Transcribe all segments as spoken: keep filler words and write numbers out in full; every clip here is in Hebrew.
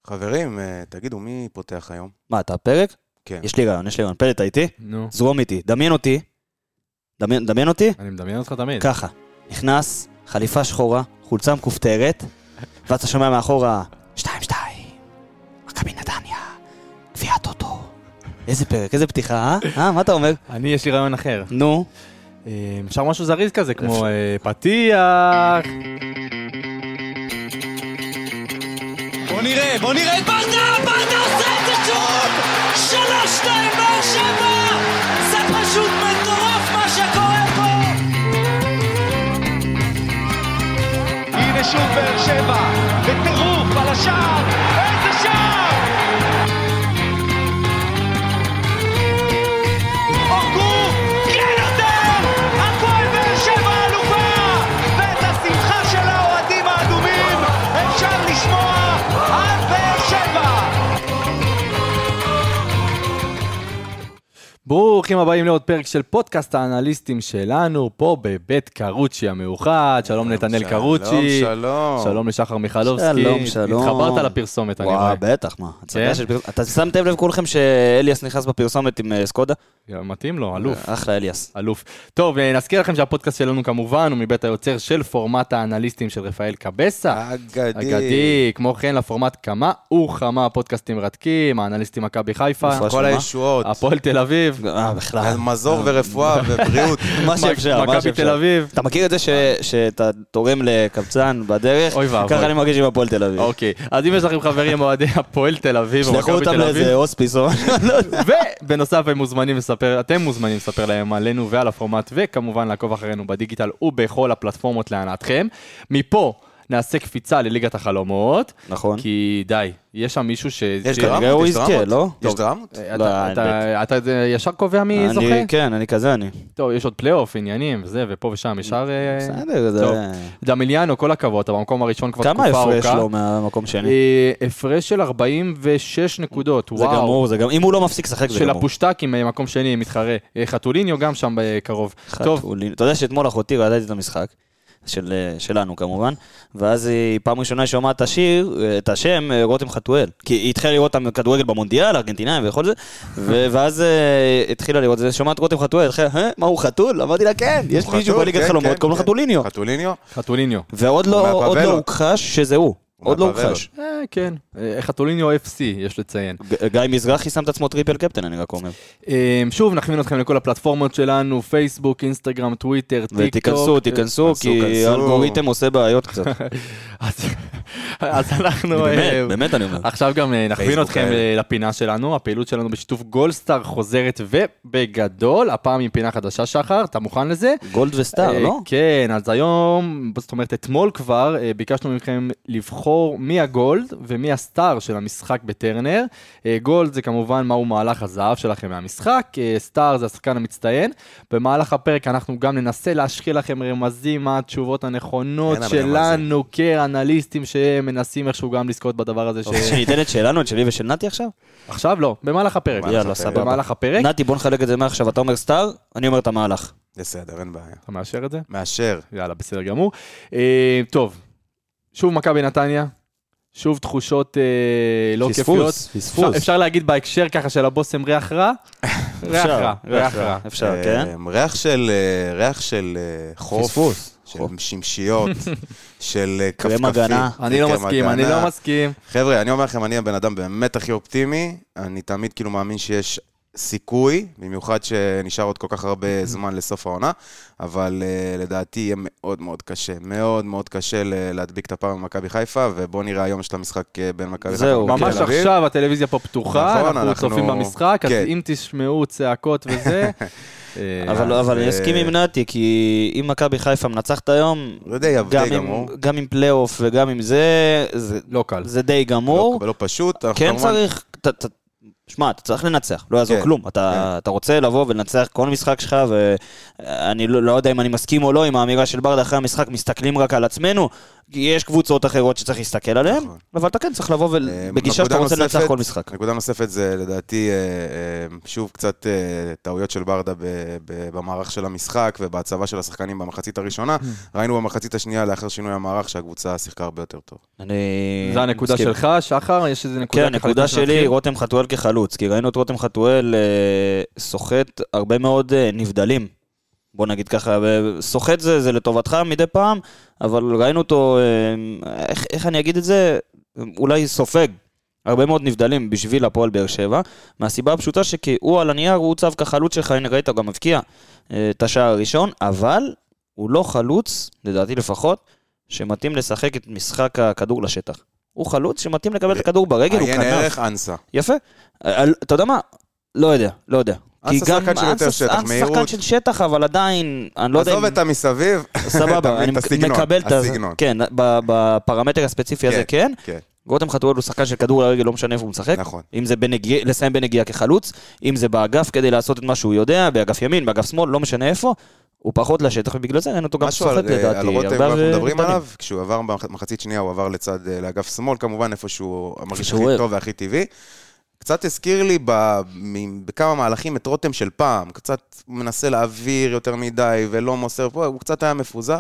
חברים, תגידו, מי פותח היום? מה, אתה הפרק? כן. יש לי רעיון, יש לי רעיון. פלט, הייתי? נו. זרום איתי. דמיין אותי. דמיין, דמיין אותי? אני מדמיין אותך תמיד. ככה. נכנס, חליפה שחורה, חולצה מכופתרת, ואז אתה שומע מאחורה, שתיים, שתיים, מכבי נתניה, גביע טוטו. איזה פרק, איזה פתיחה, אה? אה, מה אתה אומר? אני, יש לי רעיון אחר. נו. אפשר משהו זריז כזה, כמו פתיח. בוא נראה, בוא נראה, ברדה, ברדה עושה את זה שוב! שלוש, שתיים, באר שבע! זה פשוט מטורף מה שקורה פה! הנה שוב באר שבע, בטירוף על השער! איזה שער! אורגו, כן יותר! הפועל באר שבע אלופה! ואת השמחה של האוהדים האדומים אפשר לשמוע על באר שבע! ברוכים הבאים לעוד פרק של פודקאסט האנליסטים שלנו, פה בבית קרוצ'י המאוחד. שלום נתנאל קרוצ'י. שלום, שלום. שלום לשחר מיכלובסקי. שלום, שלום. התחברת לפרסומת, אני רואה. וואו, בטח, מה? הצגה של פרסומת. אתה שמתם לב כולכם שאליאס נכנס בפרסומת עם סקודה? מתאים לו, אלוף. אחלה אליאס. אלוף. טוב, נזכיר לכם שהפודקאסט שלנו כמובן הוא מבית היוצר של פורמט האנליסטים של רפאל קבסה. אגדי. אגדי. כמו כן לפורמט כמה וכמה פודקאסטים מרתקים, האנליסטים מכבי חיפה, כל הישועות. הפועל תל אביב. אה, בכלל. מזור ורפואה ובריאות. מה שאפשר, מה מכבי שאפשר. תל אביב. אתה מכיר את זה ש- שאתה תורם לקבצן בדרך? אוי ואבוי. ככה אני מרגיש עם הפועל תל אביב. אוקיי, אז אם יש לכם חברים אוהדי הפועל תל אביב או שלחו מכבי אותם תל אביב, לאיזה הוספיס או... ובנוסף הם מוזמנים לספר, אתם מוזמנים לספר להם עלינו ועל הפורמט, וכמובן לעקוב אחרינו בדיגיטל ובכל הפלטפורמות להנאתכם. מפה נעשה קפיצה לליגת החלומות, נכון. כי די, יש שם מישהו ש... יש ש- דרמות? כנראה הוא יש יזכה, דרמות? לא? יש דרמות? אתה- לא, אתה- אתה אתה ישר קובע מי זוכה? אני, כן, אני כזה אני. טוב, יש עוד פלייאוף, עניינים וזה, ופה ושם, ישר... אה, בסדר, זה... טוב. דמיליאנו, כל הכבוד, אתה במקום הראשון כבר כמה תקופה ארוכה. הפרש לו מהמקום שני? אה, הפרש של ארבעים ושש נקודות, זה וואו. גמור, זה גמור. אם הוא לא מפסיק לשחק זה של גמור. הפושטקים, מקום שני, מתחרה. אה, חתוליניו גם שם בקרוב. טוב, חתולין. אתה יודע שאתמול אחותי ראיתי את המשחק, של, שלנו כמובן, ואז היא פעם ראשונה היא שומעת את השיר, את השם רותם חתואל, כי היא התחילה לראות אותם כדורגל במונדיאל, ארגנטינאים וכל זה, ו- ואז uh, התחילה לראות את זה, שומעת רותם חתואל, התחילה, "אה, מה הוא חתול?" אמרתי לה, כן, יש הוא מישהו חתול, בליגת כן, חלומות, כן, קוראים לו כן. חתוליניו, חתוליניו? חתוליניו. ועוד לא, הוא עוד לא מהפאבלות. הוכחש שזה הוא, עוד לא מהפאבלות. הוכחש. אה, כן. אה, חתוליניו אף סי, יש לציין. ג- גיא מזרחי שם את עצמו טריפל קפטן, אני רק אומר. אה, שוב, נכווין אתכם לכל הפלטפורמות שלנו, פייסבוק, אינסטגרם, טוויטר, טיק ותיכנסו, טוק. תיכנסו, כנסו, כי כנסו. האלגוריתם עושה בעיות קצת. אז- אז אנחנו... באמת, אה, באמת אני אומר. עכשיו גם אה, נכווין פייסבוק אתכם האלה. אה, לפינה שלנו, הפעילות שלנו בשיתוף גולדסטאר חוזרת ובגדול, הפעם עם פינה חדשה שחר, אתה מוכן לזה? גולד וסטאר, אה, לא? כן, אז היום, זאת אומרת אתמול כבר, אה, ביקשנו מכם לבחור מי הגולד ומי הסטאר של המשחק בטרנר. אה, גולד זה כמובן מהו מהלך הזהב שלכם מהמשחק, אה, סטאר זה השחקן המצטיין. במהלך הפרק אנחנו גם ננסה להשחיל לכם רמזים מה התשובות הנכונות אין על שלנו כאנליסטים שמנסים איכשהו גם לזכות בדבר הזה. ש... שניתן את שלנו, את שלי ושל נתי עכשיו? עכשיו לא, במהלך הפרק. במהלך יאללה, הפרק. סבבה. במהלך הפרק. נתי, בוא נחלק את זה מעכשיו, אתה אומר סטאר, אני אומר את המהלך. בסדר, אין בעיה. אתה מאשר את זה? מאשר. יאללה, בסדר גמור. אה, טוב, שוב מכבי נתניה, שוב תחושות אה, לא כיפיות. פספוס, אפשר, פספוס. אפשר להגיד בהקשר ככה של הבוסם ריח רע? ריח רע, ריח רע. אפשר, כן? אה, ריח של אה, ריח של אה, חוף. פספוס. של שמשיות, של אה, קרם כפכפים. הגנה. אני לא קרם מסכים, אני הגנה. לא מסכים. חבר'ה, אני אומר לכם, אני הבן אדם באמת הכי אופטימי, אני תמיד כאילו מאמין שיש סיכוי, במיוחד שנשאר עוד כל כך הרבה זמן לסוף העונה, אבל uh, לדעתי יהיה מאוד מאוד קשה, מאוד מאוד קשה ל- להדביק את הפער במכבי חיפה, ובואו נראה היום יש את המשחק uh, בין מכבי זהו, חיפה. ממש לתל אביב. עכשיו הטלוויזיה פה פתוחה, נכון, אנחנו אנחנו- צופים במשחק, אז כן. אם תשמעו צעקות וזה... אה, אבל אבל אני ו- אסכים עם נתי, כי אם מכבי חיפה מנצחת היום, זה די גם די עם- גמור. גם עם פלייאוף וגם עם זה, זה- לא קל. זה די גמור. לא, לא פשוט. אנחנו כן כמובן- צריך, ת- ת- שמע, אתה צריך לנצח, לא יעזור כן, כלום. אתה אתה רוצה לבוא ולנצח כל משחק שלך, ואני לא לא יודע אם אני מסכים או לא עם האמירה של ברדה אחרי המשחק, מסתכלים רק על עצמנו, יש קבוצות אחרות שצריך להסתכל עליהן, אבל אתה כן צריך לבוא ובגישה שאתה רוצה לנצח כל משחק. נקודה נוספת זה לדעתי, שוב קצת טעויות של ברדה במערך של המשחק ובהצבה של השחקנים במחצית הראשונה. ראינו במחצית השנייה לאחר שינוי המערך שהקבוצה שיחקה הרבה יותר טוב. זה הנקודה שלך, שחר? יש איזה נקודה? כן, הנקודה שלי, רותם חתואל כחלוץ, כי ראינו את רותם חתואל סוחט הרבה מאוד נבדלים. בוא נגיד ככה, סוחט זה, זה לטובתך מדי פעם, אבל ראינו אותו, איך, איך אני אגיד את זה, אולי סופג הרבה מאוד נבדלים בשביל הפועל באר שבע, מהסיבה הפשוטה שכי הוא על הנייר, הוא צו כחלוץ שלך, הנה ראית, הוא גם מבקיע את השער הראשון, אבל הוא לא חלוץ, לדעתי לפחות, שמתאים לשחק את משחק הכדור לשטח. הוא חלוץ שמתאים לקבל את הכדור ברגל, הוא כנף. עיין ערך אנסה. יפה. אתה יודע מה? לא יודע, לא יודע. אנסה שחקן של יותר שטח, מהירות. שחקן של שטח, אבל עדיין, אני לא יודע אם... עזוב את המסביב, סבבה, אני מקבל את הסגנון. כן, בפרמטר הספציפי הזה כן. רותם חתואל הוא שחקן של כדור לרגל, לא משנה איפה הוא משחק. נכון. אם זה לסיים בנגיעה כחלוץ, אם זה באגף כדי לעשות את מה שהוא יודע, באגף ימין, באגף שמאל, לא משנה איפה, הוא פחות לשטח, ובגלל זה אין אותו גם סוחט לדעתי. על רותם אנחנו מדברים עליו, כשהוא עבר במחצית שנייה, הוא עבר לצד, לאגף שמאל, כמובן איפה שהוא מרגיש הכי טוב והכי טבעי. קצת הזכיר לי בכמה מהלכים את רותם של פעם, קצת מנסה להעביר יותר מדי ולא מוסר פה, הוא קצת היה מפוזר,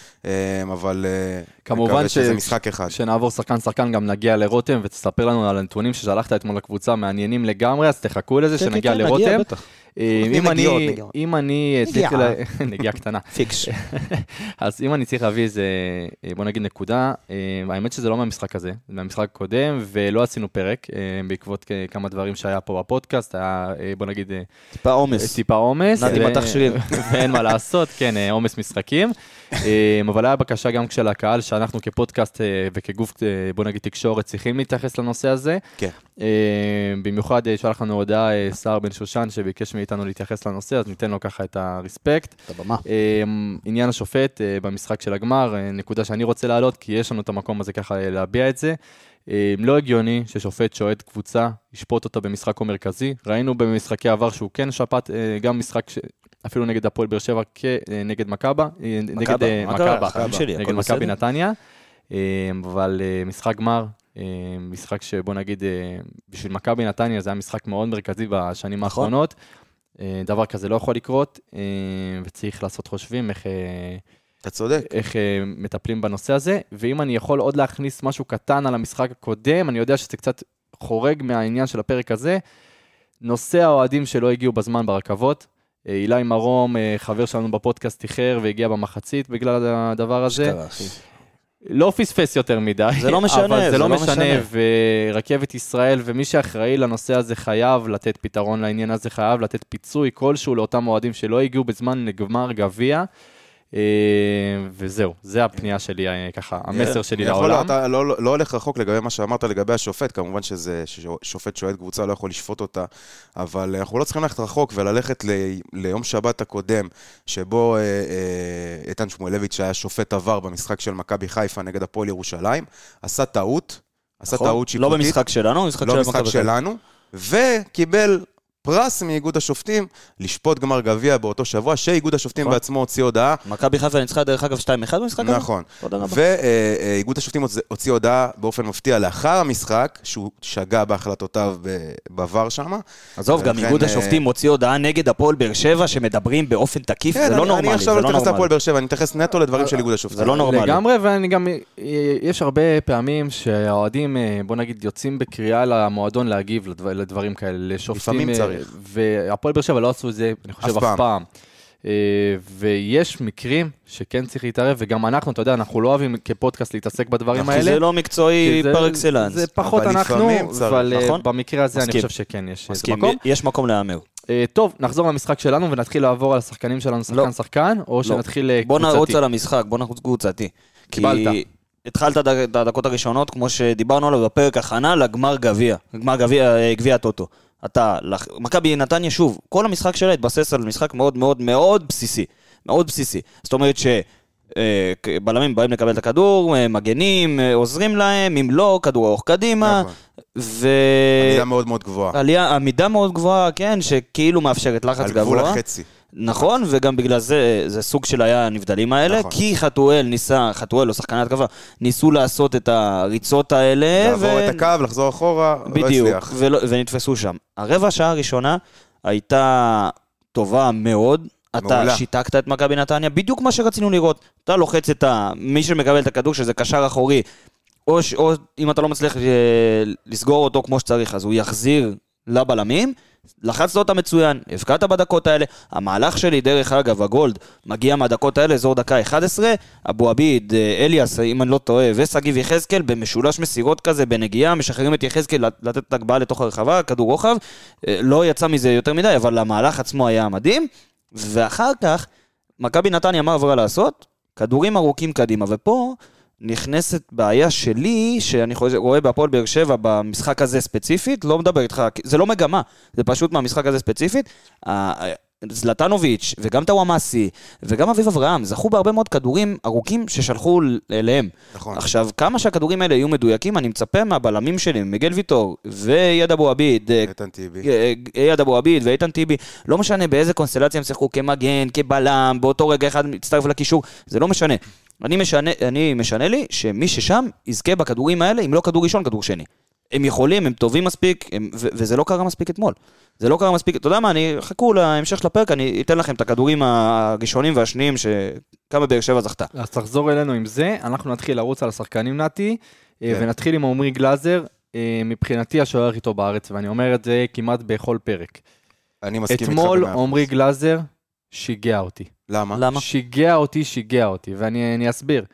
אבל כמובן שזה משחק אחד. שנעבור שחקן שחקן גם נגיע לרותם ותספר לנו על הנתונים ששלחת אתמול לקבוצה, מעניינים לגמרי, אז תחכו לזה שנגיע לרותם. אם אני, אם אני צריך, נגיעה קטנה. פיקש. אז אם אני צריך להביא איזה, בוא נגיד נקודה, האמת שזה לא מהמשחק הזה, זה מהמשחק הקודם, ולא עשינו פרק, בעקבות כמה דברים שהיה פה בפודקאסט, היה, בוא נגיד, טיפה עומס. טיפה עומס. נעדי בתחשיבים. ואין מה לעשות, כן, עומס משחקים. אבל היה בקשה גם של הקהל, שאנחנו כפודקאסט וכגוף, בוא נגיד, תקשורת, צריכים להתייחס לנושא הזה. כן. במיוחד שלח לנו הודעה שר בן שושן שביקש מאיתנו להתייחס לנושא, אז ניתן לו ככה את הרספקט. את הבמה. עניין השופט במשחק של הגמר, נקודה שאני רוצה להעלות, כי יש לנו את המקום הזה ככה להביע את זה. לא הגיוני ששופט שועד קבוצה, ישפוט אותה במשחק המרכזי. ראינו במשחקי עבר שהוא כן שפט, גם משחק אפילו נגד הפועל באר שבע כנגד מכבה, נגד מכבה, נגד מכבי נתניה. אבל משחק גמר, משחק שבוא נגיד, בשביל מכבי נתניה זה היה משחק מאוד מרכזי בשנים האחרונות. דבר כזה לא יכול לקרות, וצריך לעשות חושבים איך... אתה צודק. איך מטפלים בנושא הזה, ואם אני יכול עוד להכניס משהו קטן על המשחק הקודם, אני יודע שזה קצת חורג מהעניין של הפרק הזה, נושא האוהדים שלא הגיעו בזמן ברכבות, אילי מרום, חבר שלנו בפודקאסט איחר והגיע במחצית בגלל הדבר הזה. שקרה, אחי. לא פספס יותר מדי, זה לא משנה, אבל זה, זה לא, לא משנה, משנה, ורכבת ישראל ומי שאחראי לנושא הזה חייב לתת פתרון לעניין הזה, חייב לתת פיצוי כלשהו לאותם אוהדים שלא הגיעו בזמן לגמר גביע, וזהו, זה הפנייה שלי, ככה, המסר שלי לעולם. אתה לא הולך רחוק לגבי מה שאמרת לגבי השופט, כמובן שזה שופט שועד קבוצה, לא יכול לשפוט אותה, אבל אנחנו לא צריכים ללכת רחוק וללכת ליום שבת הקודם, שבו איתן שמואלביץ' היה שופט עבר במשחק של מכבי חיפה נגד הפועל ירושלים, עשה טעות, עשה טעות שיפוטית. לא במשחק שלנו, לא במשחק שלנו, וקיבל... פרס מאיגוד השופטים, לשפוט גמר גביע באותו שבוע, שאיגוד השופטים בעצמו הוציא הודעה. מכבי חיפה ניצחה דרך אגב שתיים אחד במשחק הזה? נכון. ואיגוד השופטים הוציא הודעה באופן מפתיע לאחר המשחק, שהוא שגה בהחלטותיו בעבר שם. עזוב, גם איגוד השופטים הוציא הודעה נגד הפועל באר שבע, שמדברים באופן תקיף, זה לא נורמלי. אני עכשיו לא מתייחס לפועל באר שבע, אני מתייחס נטו לדברים של איגוד השופטים. זה לא נורמלי. לגמרי, ואני גם, יש הרבה פעמים שהאוהדים, בוא נגיד, יוצאים בקריאה למועדון להגיב לדברים כאלה, לשופטים. והפועל באר שבע לא עשו את זה, אני חושב, אף פעם. ויש מקרים שכן צריך להתערב, וגם אנחנו, אתה יודע, אנחנו לא אוהבים כפודקאסט להתעסק בדברים האלה. זה לא מקצועי פר אקסלנס. זה פחות אנחנו, אבל במקרה הזה אני חושב שכן יש מקום. יש מקום להאמר. טוב, נחזור למשחק שלנו ונתחיל לעבור על השחקנים שלנו, שחקן שחקן, או שנתחיל קבוצתי. בוא נרוץ על המשחק, בוא נרוץ קבוצתי. קיבלת. התחלת את הדקות הראשונות, כמו שדיברנו עליו בפרק הכנה, לגמר גביע, גמר גביע, גביע טוטו. אתה, מכבי נתניה, שוב, כל המשחק שלה התבסס על משחק מאוד מאוד מאוד בסיסי, מאוד בסיסי. זאת אומרת שבלמים באים לקבל את הכדור, מגנים, עוזרים להם, אם לא, כדור ארוך קדימה, ו... עמידה מאוד מאוד גבוהה. עלייה, עמידה מאוד גבוהה, כן, שכאילו מאפשרת לחץ גבוה. על גבול החצי. נכון, וגם בגלל זה, זה סוג של היה הנבדלים האלה, נכון. כי חתואל ניסה, חתואל או שחקני התקפה, ניסו לעשות את הריצות האלה. לעבור ו... את הקו, לחזור אחורה, בדיוק, לא הצליח. ולא, ונתפסו שם. הרבע השעה הראשונה הייתה טובה מאוד, אתה מעולה. שיתקת את מכבי נתניה, בדיוק מה שרצינו לראות, אתה לוחץ את ה... מי שמקבל את הכדור, שזה קשר אחורי, או, ש... או אם אתה לא מצליח לסגור אותו כמו שצריך, אז הוא יחזיר לבלמים, לחצת אותה מצוין, הפקעת בדקות האלה, המהלך שלי דרך אגב, הגולד, מגיע מהדקות האלה, זור דקה אחת עשרה, אבו עביד, אליאס, אם אני לא טועה, וסגיב יחזקאל, במשולש מסירות כזה, בנגיעה, משחררים את יחזקאל לתת את הגבעה לתוך הרחבה, כדור רוחב, לא יצא מזה יותר מדי, אבל המהלך עצמו היה מדהים, ואחר כך, מכבי נתניה מה עברה לעשות? כדורים ארוכים קדימה, ופה נכנסת בעיה שלי, שאני רואה בהפועל באר שבע במשחק הזה ספציפית, לא מדבר איתך, זה לא מגמה, זה פשוט מהמשחק הזה ספציפית, זלטנוביץ' וגם טוואמאסי וגם אביב אברהם זכו בהרבה מאוד כדורים ארוכים ששלחו אליהם. נכון. עכשיו, כמה שהכדורים האלה יהיו מדויקים, אני מצפה מהבלמים שלי, מיגל ויטור ויד אבו עביד, איתן טיבי. יד אבו עביד ואיתן טיבי, לא משנה באיזה קונסטלציה הם שיחקו, כמגן, כבלם, באותו רגע אחד מצטרף לקישור, זה לא משנה. אני משנה, אני משנה לי שמי ששם יזכה בכדורים האלה, אם לא כדור ראשון, כדור שני. הם יכולים, הם טובים מספיק, הם, ו- וזה לא קרה מספיק אתמול. זה לא קרה מספיק, אתה יודע מה, אני חכו להמשך של הפרק, אני אתן לכם את הכדורים הראשונים והשניים שכמה באר שבע זכתה. אז תחזור אלינו עם זה, אנחנו נתחיל לרוץ על השחקנים נתי, ונתחיל עם עומרי גלאזר, מבחינתי השוער הכי טוב בארץ, ואני אומר את זה כמעט בכל פרק. אני מסכים איתך אתמול עומרי גלאזר שיגע אותי. למה? למה? שיגע אותי, שיגע אותי, ואני אסביר.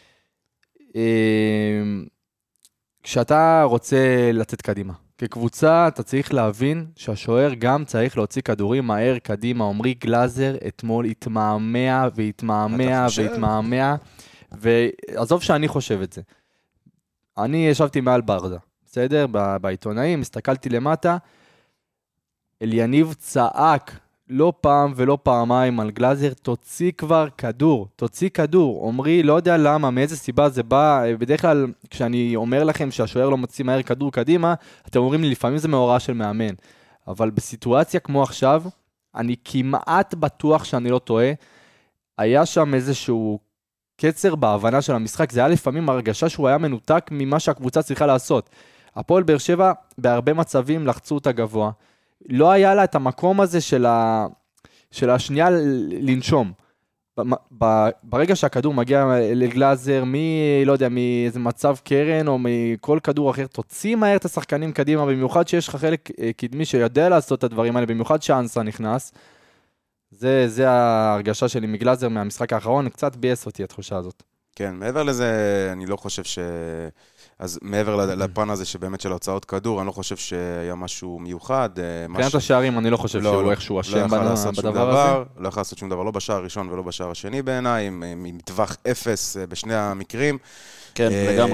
כשאתה רוצה לצאת קדימה, כקבוצה אתה צריך להבין שהשוער גם צריך להוציא כדורים מהר קדימה. עומרי גלאזר אתמול התמהמה והתמהמה והתמהמה, ועזוב שאני חושב את זה. אני ישבתי מעל ברדה, בסדר? בעיתונאים, הסתכלתי למטה, אליניב צעק לא פעם ולא פעמיים על גלאזר, תוציא כבר כדור, תוציא כדור. עומרי, לא יודע למה, מאיזה סיבה זה בא, בדרך כלל כשאני אומר לכם שהשוער לא מוציא מהר כדור קדימה, אתם אומרים לי, לפעמים זה מהוראה של מאמן. אבל בסיטואציה כמו עכשיו, אני כמעט בטוח שאני לא טועה, היה שם איזשהו קצר בהבנה של המשחק, זה היה לפעמים הרגשה שהוא היה מנותק ממה שהקבוצה צריכה לעשות. הפועל באר שבע בהרבה מצבים לחצו אותה גבוה, לא היה לה את המקום הזה של, ה... של השנייה לנשום. ברגע שהכדור מגיע לגלאזר, מי, לא יודע, מאיזה מצב קרן או מכל כדור אחר, תוציא מהר את השחקנים קדימה, במיוחד שיש לך חלק קדמי שיודע לעשות את הדברים האלה, במיוחד שאנסה נכנס. זה, זה ההרגשה שלי מגלאזר מהמשחק האחרון, קצת בייס אותי התחושה הזאת. כן, מעבר לזה, אני לא חושב ש... אז מעבר לפן הזה שבאמת של ההוצאות כדור, אני לא חושב שהיה משהו מיוחד. מבחינת השערים, אני לא חושב שהוא איכשהו אשם בדבר הזה. לא יכול לעשות שום דבר, לא בשער הראשון ולא בשער השני בעיניי, מטווח אפס בשני המקרים. כן, לגמרי.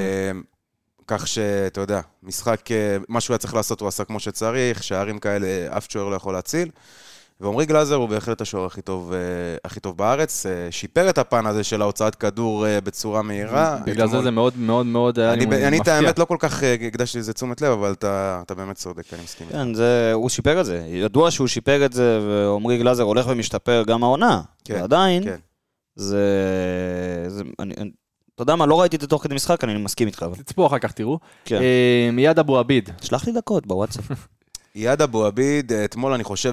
כך שאתה יודע, משחק, מה שהוא היה צריך לעשות הוא עשה כמו שצריך, שערים כאלה אף שוער לא יכול להציל. ועומרי גלאזר הוא בהחלט השוער הכי טוב, הכי טוב בארץ, שיפר את הפן הזה של ההוצאת כדור בצורה מהירה. בגלל זה זה מאוד מאוד מאוד היה לי מפתיע. אני את האמת לא כל כך הקדשתי לזה תשומת לב, אבל אתה, אתה באמת צודק, אני מסכים. כן, זה, הוא שיפר את זה. ידוע שהוא שיפר את זה, ועומרי גלאזר הולך ומשתפר גם העונה. כן, ועדיין, כן. זה... זה אני, אתה יודע מה, לא ראיתי את זה תוך כדי משחק, אני מסכים איתך. תצפו אחר כך, תראו. כן. מיד אבו עביד. שלח לי דקות בוואטסאפ. יד אבו עביד, אתמול אני חושב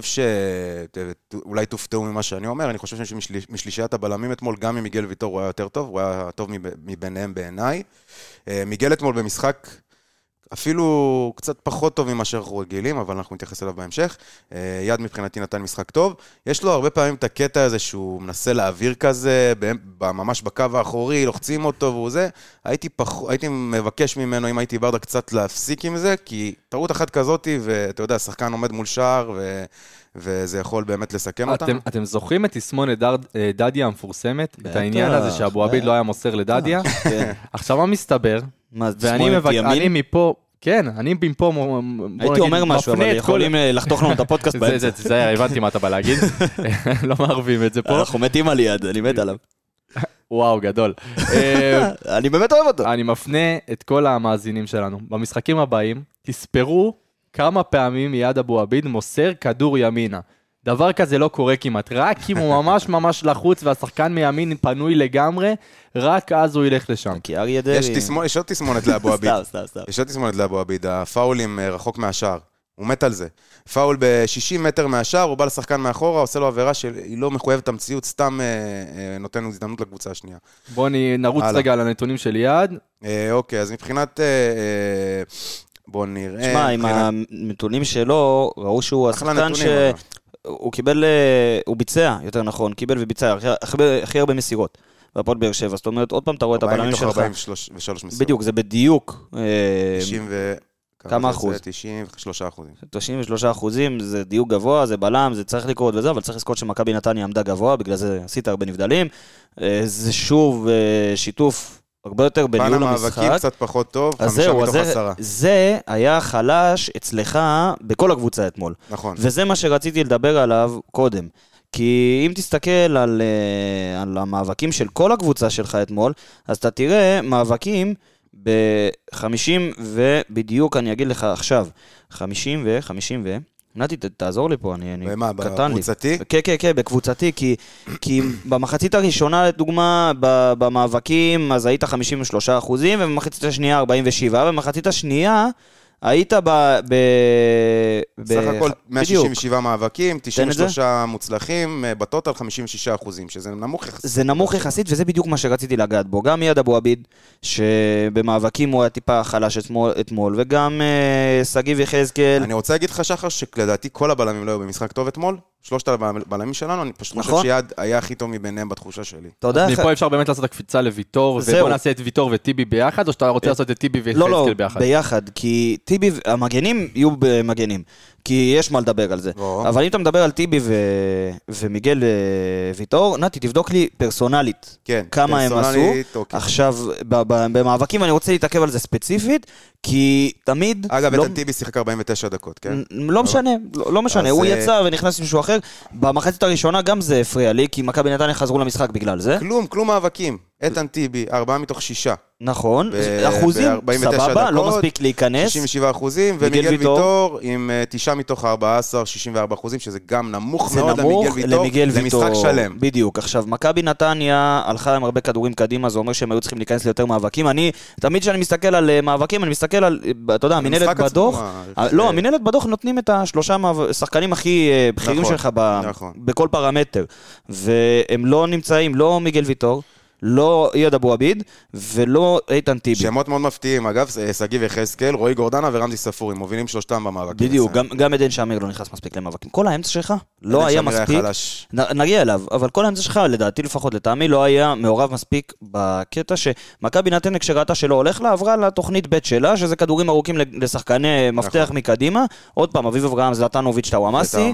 שאולי תופתעו ממה שאני אומר, אני חושב שמשלישיית הבלמים אתמול, גם ממיגל ויטור הוא היה יותר טוב, הוא היה טוב מביניהם בעיניי. מיגל אתמול במשחק אפילו קצת פחות טוב ממה שאנחנו רגילים, אבל אנחנו נתייחס אליו בהמשך. יד מבחינתי נתן משחק טוב. יש לו הרבה פעמים את הקטע הזה שהוא מנסה להעביר כזה, ממש בקו האחורי, לוחצים אותו והוא זה. הייתי, פח... הייתי מבקש ממנו, אם הייתי ברדה, קצת להפסיק עם זה, כי טעות אחת כזאת, ואתה יודע, השחקן עומד מול שער, ו... וזה יכול באמת לסכם אותם. אתם, אתם זוכרים את תסמונת דדיה המפורסמת? את העניין הזה שאבו עביד לא היה מוסר לדדיה? עכשיו מה מסתבר? ואני מפה, כן, אני מפה, הייתי אומר משהו, אבל יכולים לחתוך לנו את הפודקאסט באמצע. זה, הבנתי מה אתה בא להגיד. לא מערבים את זה פה. אנחנו מתים על יד, אני מת עליו. וואו, גדול. אני באמת אוהב אותו. אני מפנה את כל המאזינים שלנו. במשחקים הבאים, תספרו כמה פעמים יעד אבו עביד מוסר כדור ימינה. דבר כזה לא קורה כמעט, רק אם הוא ממש ממש לחוץ והשחקן מימין פנוי לגמרי, רק אז הוא ילך לשם. כי אריה דרעי... יש עוד תסמונת לאבו עביד. סתם, סתם, סתם. יש עוד תסמונת לאבו עביד, הפאולים רחוק מהשאר. הוא מת על זה. פאול ב-שישים מטר מהשאר, הוא בא לשחקן מאחורה, עושה לו עבירה שהיא לא מחויבת המציאות, סתם נותן הזדמנות לקבוצה השנייה. בואו נרוץ רגע על הנתונים של יעד. אוקיי, אז מבחינת... בואו נראה... תשמע, עם הנתונים שלו, ראו שהוא השחקן ש... הוא קיבל, הוא ביצע, יותר נכון, קיבל וביצע הכי הרבה מסירות. והפועל באר שבע, זאת אומרת, עוד פעם אתה רואה את הבלמים שלך. ארבעים ושלוש מסירות. בדיוק, זה בדיוק. תשעים ו... כמה אחוז? תשעים ושלושה אחוזים. תשעים ושלושה אחוזים, זה דיוק גבוה, זה בלם, זה צריך לקרות וזה, אבל צריך לזכות שמכבי נתניה עמדה גבוה, בגלל זה עשית הרבה נבדלים. זה שוב שיתוף הרבה יותר בניהול המשחק. המאבקים קצת פחות טוב, חמישה מתוך עשרה. זה היה חלש אצלך בכל הקבוצה אתמול. נכון. וזה מה שרציתי לדבר עליו קודם. כי אם תסתכל על, על המאבקים של כל הקבוצה שלך אתמול, אז אתה תראה מאבקים ב-חמישים ובדיוק אני אגיד לך עכשיו, חמישים ו-חמישים ו... נתי, תעזור לי פה, אני ומה, קטן לי. בקבוצתי? כן, כן, כן, בקבוצתי, כי, כי במחצית הראשונה, לדוגמה, במאבקים, אז היית חמישים ושלושה אחוזים, ובמחצית השנייה ארבעים ושבעה, ובמחצית השנייה היית ב... ב... סך הכל מאה שישים ושבעה מאבקים, תשעים ושלושה מוצלחים, בטוטל חמישים ושישה אחוזים, שזה נמוך יחסית. זה נמוך יחסית, וזה בדיוק מה שרציתי לגעת בו. גם יעד אבו עביד, שבמאבקים הוא היה טיפה חלש אתמול, וגם סגיב יחזקאל. אני רוצה להגיד לך, שחר, שלדעתי כל הבלמים לא היו במשחק טוב אתמול, שלושת הבלמים שלנו, אני פשוט חושב שיעד היה הכי טוב מביניהם בתחושה שלי. תודה. מפה אפשר באמת לעשות הקפיצה לויטור, ובוא נעשה את ויטור וטיבי ביחד, או שאתה רוצה לעשות את טיבי ויחזקאל ביחד? לא, לא, ביחד, כי טיבי, המגנים יהיו במגנים, כי יש מה לדבר על זה. אבל אם אתה מדבר על טיבי ומיגל ויטור, נתי, תבדוק לי פרסונלית כמה הם עשו. עכשיו, במאבקים אני רוצה להתעכב על זה ספציפית, כי תמיד... אגב, איתן טיבי שיחק ארבעים ותשע דקות, כן? לא משנה, לא משנה. הוא יצא ונכנס מישהו אחר. במחצית הראשונה גם זה הפריע לי, כי מכבי נתניה חזרו למשחק בגלל זה. כלום, כלום מאבקים. איתן טיבי, ארבעה מתוך שישה. נכון, אחוזים, סבבה, לא מספיק להיכנס. שישים ושבעה אחוזים, ומיגל ויטור עם תשעה מתוך ארבעה עשר, שישים וארבעה אחוזים, שזה גם נמוך מאוד למיגל ויטור, למשחק שלם. בדיוק, עכשיו, מכבי נתניה הלכה עם הרבה כדורים קדימה, זה אומר שהם היו צריכים להיכנס ליותר מאבקים. אני, תמיד כשאני מסתכל על מאבקים, אני מסתכל על, אתה יודע, המנהלת בדוח, לא, המנהלת בדוח נותנים את השלושה שחקנים הכי בכירים שלך בכל פרמטר, והם לא נמצאים, לא מיגל ויטור, לא יעד אבו עביד, ולא איתן טיבי. שמות מאוד מפתיעים, אגב, סגיב יחזקאל, רועי גורדנה ורמזי ספורי, מובילים שלושתם במאבקים. בדיוק, גם, גם עדן שמיר לא נכנס מספיק למאבקים. כל האמצע שלך לא היה מספיק, נ, נגיע אליו, אבל כל האמצע שלך, לדעתי לפחות לטעמי, לא היה מעורב מספיק בקטע שמכבי נתניה כשראתה שלא הולך לה, עברה לתוכנית ב' שלה, שזה כדורים ארוכים לשחקני מפתח מקדימה, עוד פעם, אביב אברהם, זלטנוביץ' טאוואמאסי,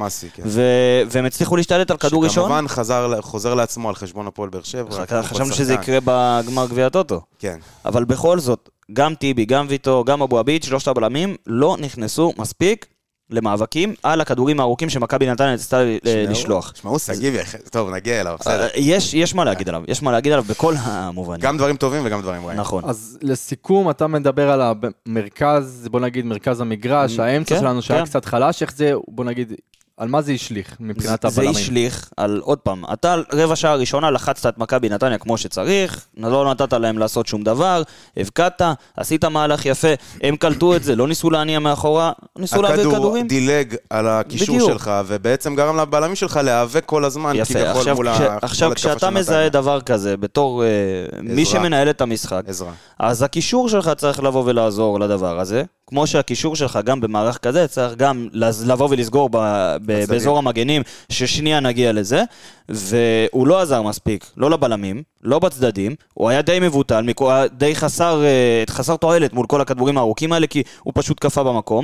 והם הצליחו להשתלט על כדור ראשון. שכמובן חזר, חוזר לעצמו על חשבון הפועל באר שבע. חשבנו שזה יקרה בגמר גביע הטוטו. כן. אבל בכל זאת, גם טיבי, גם ויטור, גם אבו עביד, שלושת הבלמים, לא נכנסו מספיק למאבקים על הכדורים הארוכים שמכבי נתניה ניסתה לשלוח. שמעו, סגיב, טוב, נגיע אליו, בסדר. יש, יש מה להגיד עליו, יש מה להגיד עליו בכל המובנים. גם דברים טובים וגם דברים רעים. נכון. אז לסיכום, אתה מדבר על המרכז, בוא נגיד מרכז המגרש, האמצע שלנו שהיה קצת חלש, איך זה, בוא נגיד, על מה זה ישליך מבחינת הבלמים? זה ישליך על, עוד פעם, אתה רבע שעה ראשונה לחצת את מכבי נתניה כמו שצריך, לא נתת להם לעשות שום דבר, הבקעת, עשית מהלך יפה, הם קלטו את זה, לא ניסו להניע מאחורה, ניסו להעביר כדורים. הכדור דילג על הקישור שלך, ובעצם גרם לבלמים שלך להיאבק כל הזמן, יפה, עכשיו, כש, עכשיו כשאתה מזהה דבר כזה, בתור uh, מי שמנהל את המשחק, עזרה. אז הקישור שלך צריך לבוא ולעזור לדבר הזה, כמו שהקישור שלך גם במערך כזה, צריך גם לבוא ולסגור ב, ב, באזור המגנים, ששנייה נגיע לזה, והוא לא עזר מספיק, לא לבלמים, לא בצדדים, הוא היה די מבוטל, די חסר, חסר תועלת מול כל הכדורים הארוכים האלה, כי הוא פשוט קפה במקום,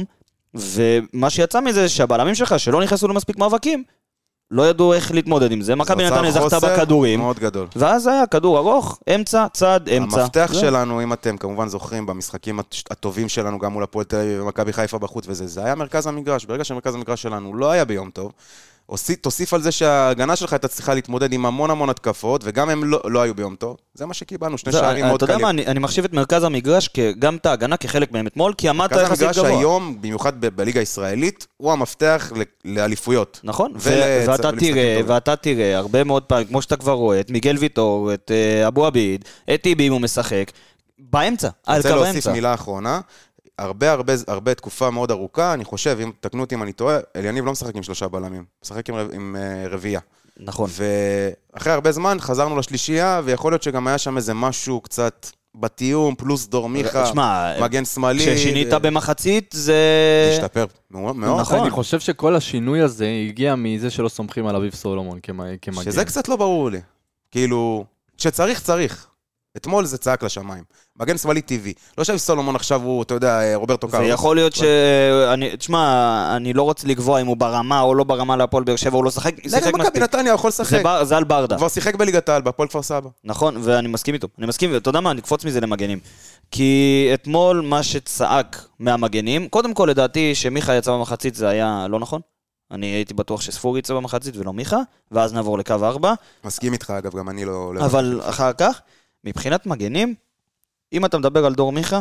ומה שיצא מזה שהבלמים שלך, שלא נכנסו למספיק מאבקים, לא ידעו איך להתמודד עם זה, מכבי נתניה זכתה בכדורים, ואז היה כדור ארוך, אמצע, צד, אמצע. המפתח שלנו, אם אתם כמובן זוכרים, במשחקים הטובים שלנו, גם מול הפועל תל אביב ומכבי חיפה בחוץ וזה, זה היה מרכז המגרש, ברגע שמרכז המגרש שלנו לא היה ביום טוב, תוסיף על זה שההגנה שלך הייתה צריכה להתמודד עם המון המון התקפות, וגם הם לא, לא היו ביום טוב. זה מה שקיבלנו, שני שערים מאוד קלים. אתה יודע מה, אני, אני מחשיב את מרכז המגרש גם את ההגנה כחלק מהם אתמול, כי עמדת יחסית גבוה. מרכז המגרש היום, במיוחד ב- בליגה הישראלית, הוא המפתח לאליפויות. נכון, ו- ואתה תראה, ואתה תראה, הרבה מאוד פעמים, כמו שאתה כבר רואה, את מיגל ויטור, את uh, אבו עביד, את טיבי אם הוא משחק, באמצע, על קו האמצע. רוצה להוסיף מילה אחרונה, הרבה הרבה הרבה תקופה מאוד ארוכה, אני חושב, אם תקנו אותי אם אני טועה, אליניב לא משחק עם שלושה בלמים, משחק עם, עם uh, רביעייה. נכון. ואחרי הרבה זמן חזרנו לשלישייה, ויכול להיות שגם היה שם איזה משהו קצת בתיאום, פלוס דור מיכה, מגן שמאלי. כששינית במחצית זה... תשתפר מאוד. נכון. אני חושב שכל השינוי הזה הגיע מזה שלא סומכים על אביב סולומון כמגן. שזה קצת לא ברור לי. כאילו, שצריך, צריך. אתמול זה צעק לשמיים. מגן שמאלי טבעי. לא שאביב סולומון עכשיו הוא, אתה יודע, רוברטו קארלוס. זה יכול להיות ש... תשמע, אני לא רוצה לקבוע אם הוא ברמה או לא ברמה להפועל באר שבע, הוא לא שחק. נגד מכבי נתניה, הוא יכול לשחק. זה על ברדה. כבר שיחק בליגת העל, בהפועל כפר סבא. נכון, ואני מסכים איתו. אני מסכים, ואתה יודע מה, אני אקפוץ מזה למגנים. כי אתמול מה שצעק מהמגנים, קודם כל לדעתי שמיכה יצא במחצית זה היה לא נכון. אני הייתי בטוח שספורי יצא במחצית ולא מיכה, ואז נעבור לקו ארבע. מסכים איתך, אגב, גם אני לא... אבל אחר כך, מבחינת מגנים, אם אתה מדבר על דור מיכה,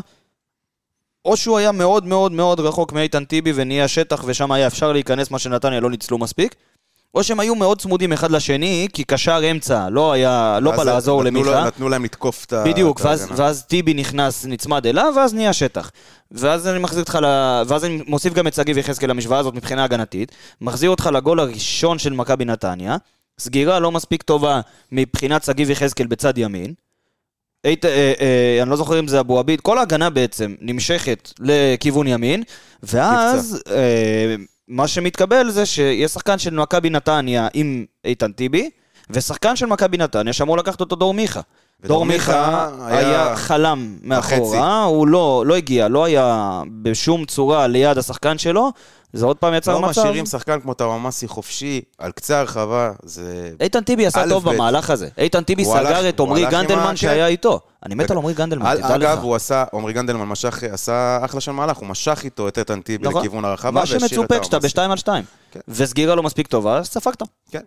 או שהוא היה מאוד מאוד מאוד רחוק מאיתן טיבי ונהיה שטח ושם היה אפשר להיכנס מה שנתניה לא ניצלו מספיק, או שהם היו מאוד צמודים אחד לשני, כי קשר אמצע לא היה, לא בא לעזור למיכה. נתנו להם לתקוף את ה... בדיוק, ואז, ואז טיבי נכנס, נצמד אליו, ואז נהיה שטח. ואז אני מחזיר אותך, ואז אני מוסיף גם את שגיב יחזקאל למשוואה הזאת מבחינה הגנתית, מחזיר אותך לגול הראשון של מכבי נתניה, סגירה לא מספיק טובה מבחינת שגיב יחזקאל בצד ימין, היית, אה, אה, אני לא זוכר אם זה אבו עביד, כל ההגנה בעצם נמשכת לכיוון ימין, ואז אה, מה שמתקבל זה שיש שחקן של מכבי נתניה עם איתן טיבי, ושחקן של מכבי נתניה שאמור לקחת אותו דור מיכה. דור מיכה היה, היה חלם מאחורה, הוא לא, לא הגיע, לא היה בשום צורה ליד השחקן שלו, זה עוד פעם יצר לא מצב. לא משאירים שחקן כמו טוואמאסי חופשי, על קצה הרחבה, זה... איתן טיבי עשה טוב בית. במהלך הזה. איתן טיבי סגר את עומרי גנדלמן שהיה איתו. אני מת על עומרי גנדלמן, תדע לך. אגב, הוא עשה, עומרי גנדלמן משך, עשה אחלה של מהלך, הוא משך איתו את איתן טיבי נכון. לכיוון הרחבה. מה שמצופה כשאתה בשתיים על שתיים. כן. וסגירה לא מספיק טובה, אז ספקת. כן.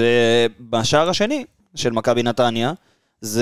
ובשער השני של מכבי נתניה, זה...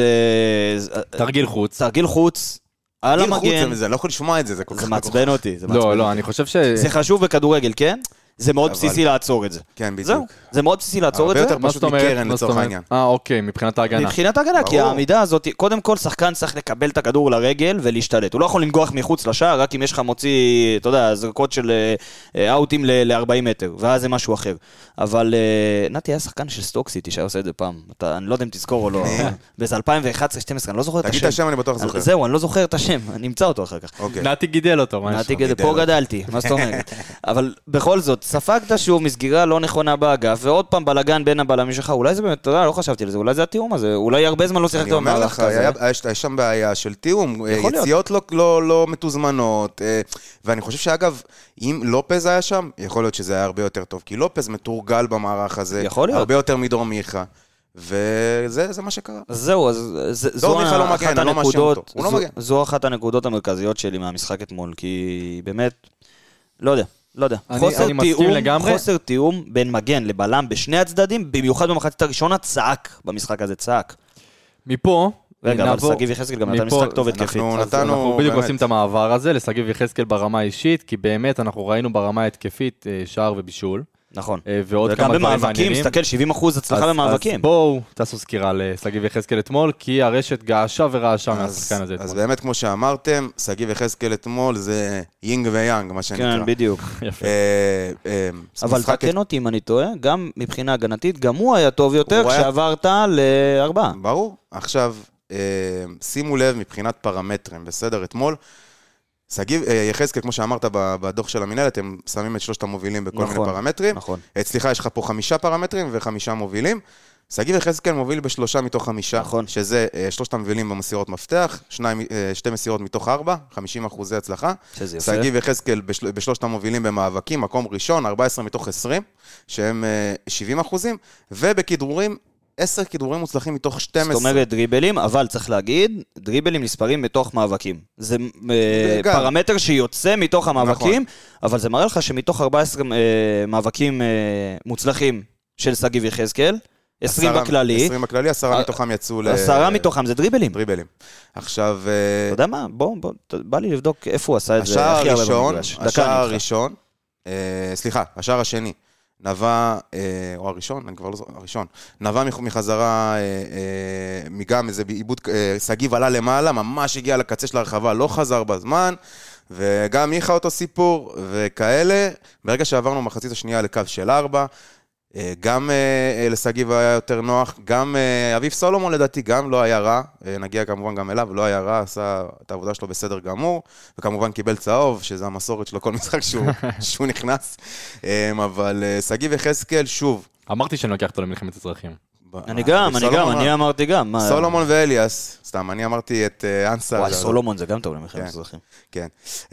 תרגיל חוץ. תרגיל חוץ. על המגן. אני לא יכול לשמוע את זה, זה כל כך... זה מעצבן אותי. לא, לא, אני חושב ש... זה חשוב בכדורגל, כן? זה מאוד בסיסי לעצור את זה. כן, בדיוק. זה מאוד בסיסי לעצור את זה. הרבה יותר פשוט מקרן לצורך העניין. אה, אוקיי, מבחינת ההגנה. מבחינת ההגנה, כי העמידה הזאת, קודם כל שחקן צריך לקבל את הכדור לרגל ולהשתלט. הוא לא יכול לנגוח מחוץ לשער, רק אם יש לך מוציא, אתה יודע, זרקות של אאוטים ל-ארבעים מטר, ואז זה משהו אחר. אבל נתי היה שחקן של סטוק סיטי שהיה עושה את זה פעם. אני לא יודע אם תזכור או לא. באיזה אלפיים ואחת עשרה שתים עשרה, אני לא זוכר את השם. תגיד את השם, אני בטוח זוכר. זהו, אני לא זוכר את השם, אני אמצא אותו אחר כך. נתי גידל אותו, נתי גידל, פה גדלתי, מה זאת אומרת? אבל בכל זאת, ספגת שוב מסגירה לא נכונה באגף, ועוד פעם בלגן בין הבלמים שלך, אולי זה באמת, אתה יודע, לא חשבתי לזה, אולי זה התיאום הזה, אולי הרבה זמן לא שיחקת במהלך כזה. אני אומר לך, יש שם בעיה של תיאום, יציאות לא מתוזמנות, ואני חושב שאגב, אם לופז היה שם, יכול להיות שזה היה הרבה יותר טוב, כי לופז מתורגל במערך הזה, הרבה יותר מדור מיכה, וזה מה שקרה. זהו, אז זו אחת הנקודות, זו אחת הנקודות המרכזיות שלי מהמשחק אתמול, כי באמת, לא יודע. לא יודע, חוסר תיאום, חוסר תיאום בין מגן לבלם בשני הצדדים, במיוחד במחצית הראשונה צעק במשחק הזה, צעק. מפה, רגע, אבל שגיב יחזקאל גם נתן משחק טוב התקפית. אנחנו בדיוק עושים את המעבר הזה לשגיב יחזקאל ברמה האישית, כי באמת אנחנו ראינו ברמה ההתקפית שער ובישול. נכון. ועוד כמה דברים מעניינים. וגם במאבקים, מסתכל, שבעים אחוז הצלחה במאבקים. אז בואו תעשו סקירה לשגיב יחזקאל אתמול, כי הרשת געשה ורעשה מהשחקן הזה אתמול. אז באמת, כמו שאמרתם, שגיב יחזקאל אתמול זה יינג ויאנג, מה שנקרא. כן, בדיוק. יפה. אבל תקן אותי אם אני טועה, גם מבחינה הגנתית, גם הוא היה טוב יותר כשעברת לארבעה. ברור. עכשיו, שימו לב מבחינת פרמטרים, בסדר? אתמול, שגיב, יחזקאל, כמו שאמרת בדוח של המנהלת, הם שמים את שלושת המובילים בכל נכון, מיני פרמטרים. נכון. אצלך יש לך פה חמישה פרמטרים וחמישה מובילים. שגיב יחזקאל מוביל בשלושה מתוך חמישה, נכון. שזה שלושת המובילים במסירות מפתח, שניים, שתי מסירות מתוך ארבע, חמישים אחוזי הצלחה. שגיב יחזקאל בשל, בשלושת המובילים במאבקים, מקום ראשון, ארבע עשרה מתוך עשרים, שהם שבעים אחוזים, ובכדרורים, עשר כדורים מוצלחים מתוך שתים עשרה. זאת אומרת דריבלים, אבל צריך להגיד, דריבלים נספרים מתוך מאבקים. זה גם. פרמטר שיוצא מתוך המאבקים, נכון. אבל זה מראה לך שמתוך ארבעה עשר מאבקים מוצלחים של סגיב יחזקאל, עשרים בכללי. עשרים בכללי, עשרה מתוכם יצאו ל... עשרה מתוכם זה דריבלים. דריבלים. עכשיו... אתה יודע מה? בוא, בוא, בא לי לבדוק איפה הוא עשה את זה הכי הרבה במגרש. השער הראשון, סליחה, השער השני, נבע, או הראשון, אני כבר לא זוכר, הראשון, נבע מחזרה, מגם איזה עיבוד, סגיב עלה למעלה, ממש הגיע לקצה של הרחבה, לא חזר בזמן, וגם מיכה אותו סיפור, וכאלה, ברגע שעברנו מחצית השנייה לקו של ארבע, גם לסגיב היה יותר נוח, גם אביב סולומון לדעתי גם לא היה רע, נגיע כמובן גם אליו, לא היה רע, עשה את העבודה שלו בסדר גמור, וכמובן קיבל צהוב, שזה המסורת שלו כל משחק שהוא, שהוא נכנס, אבל סגיב יחזקאל שוב. אמרתי שאני לוקח אותו למלחמת אזרחים. אני גם, אני גם, אני אמרתי גם. סולומון ואליאס, סתם, אני אמרתי את אנסה. וואי, סולומון זה גם טוב למלחמת אזרחים. כן,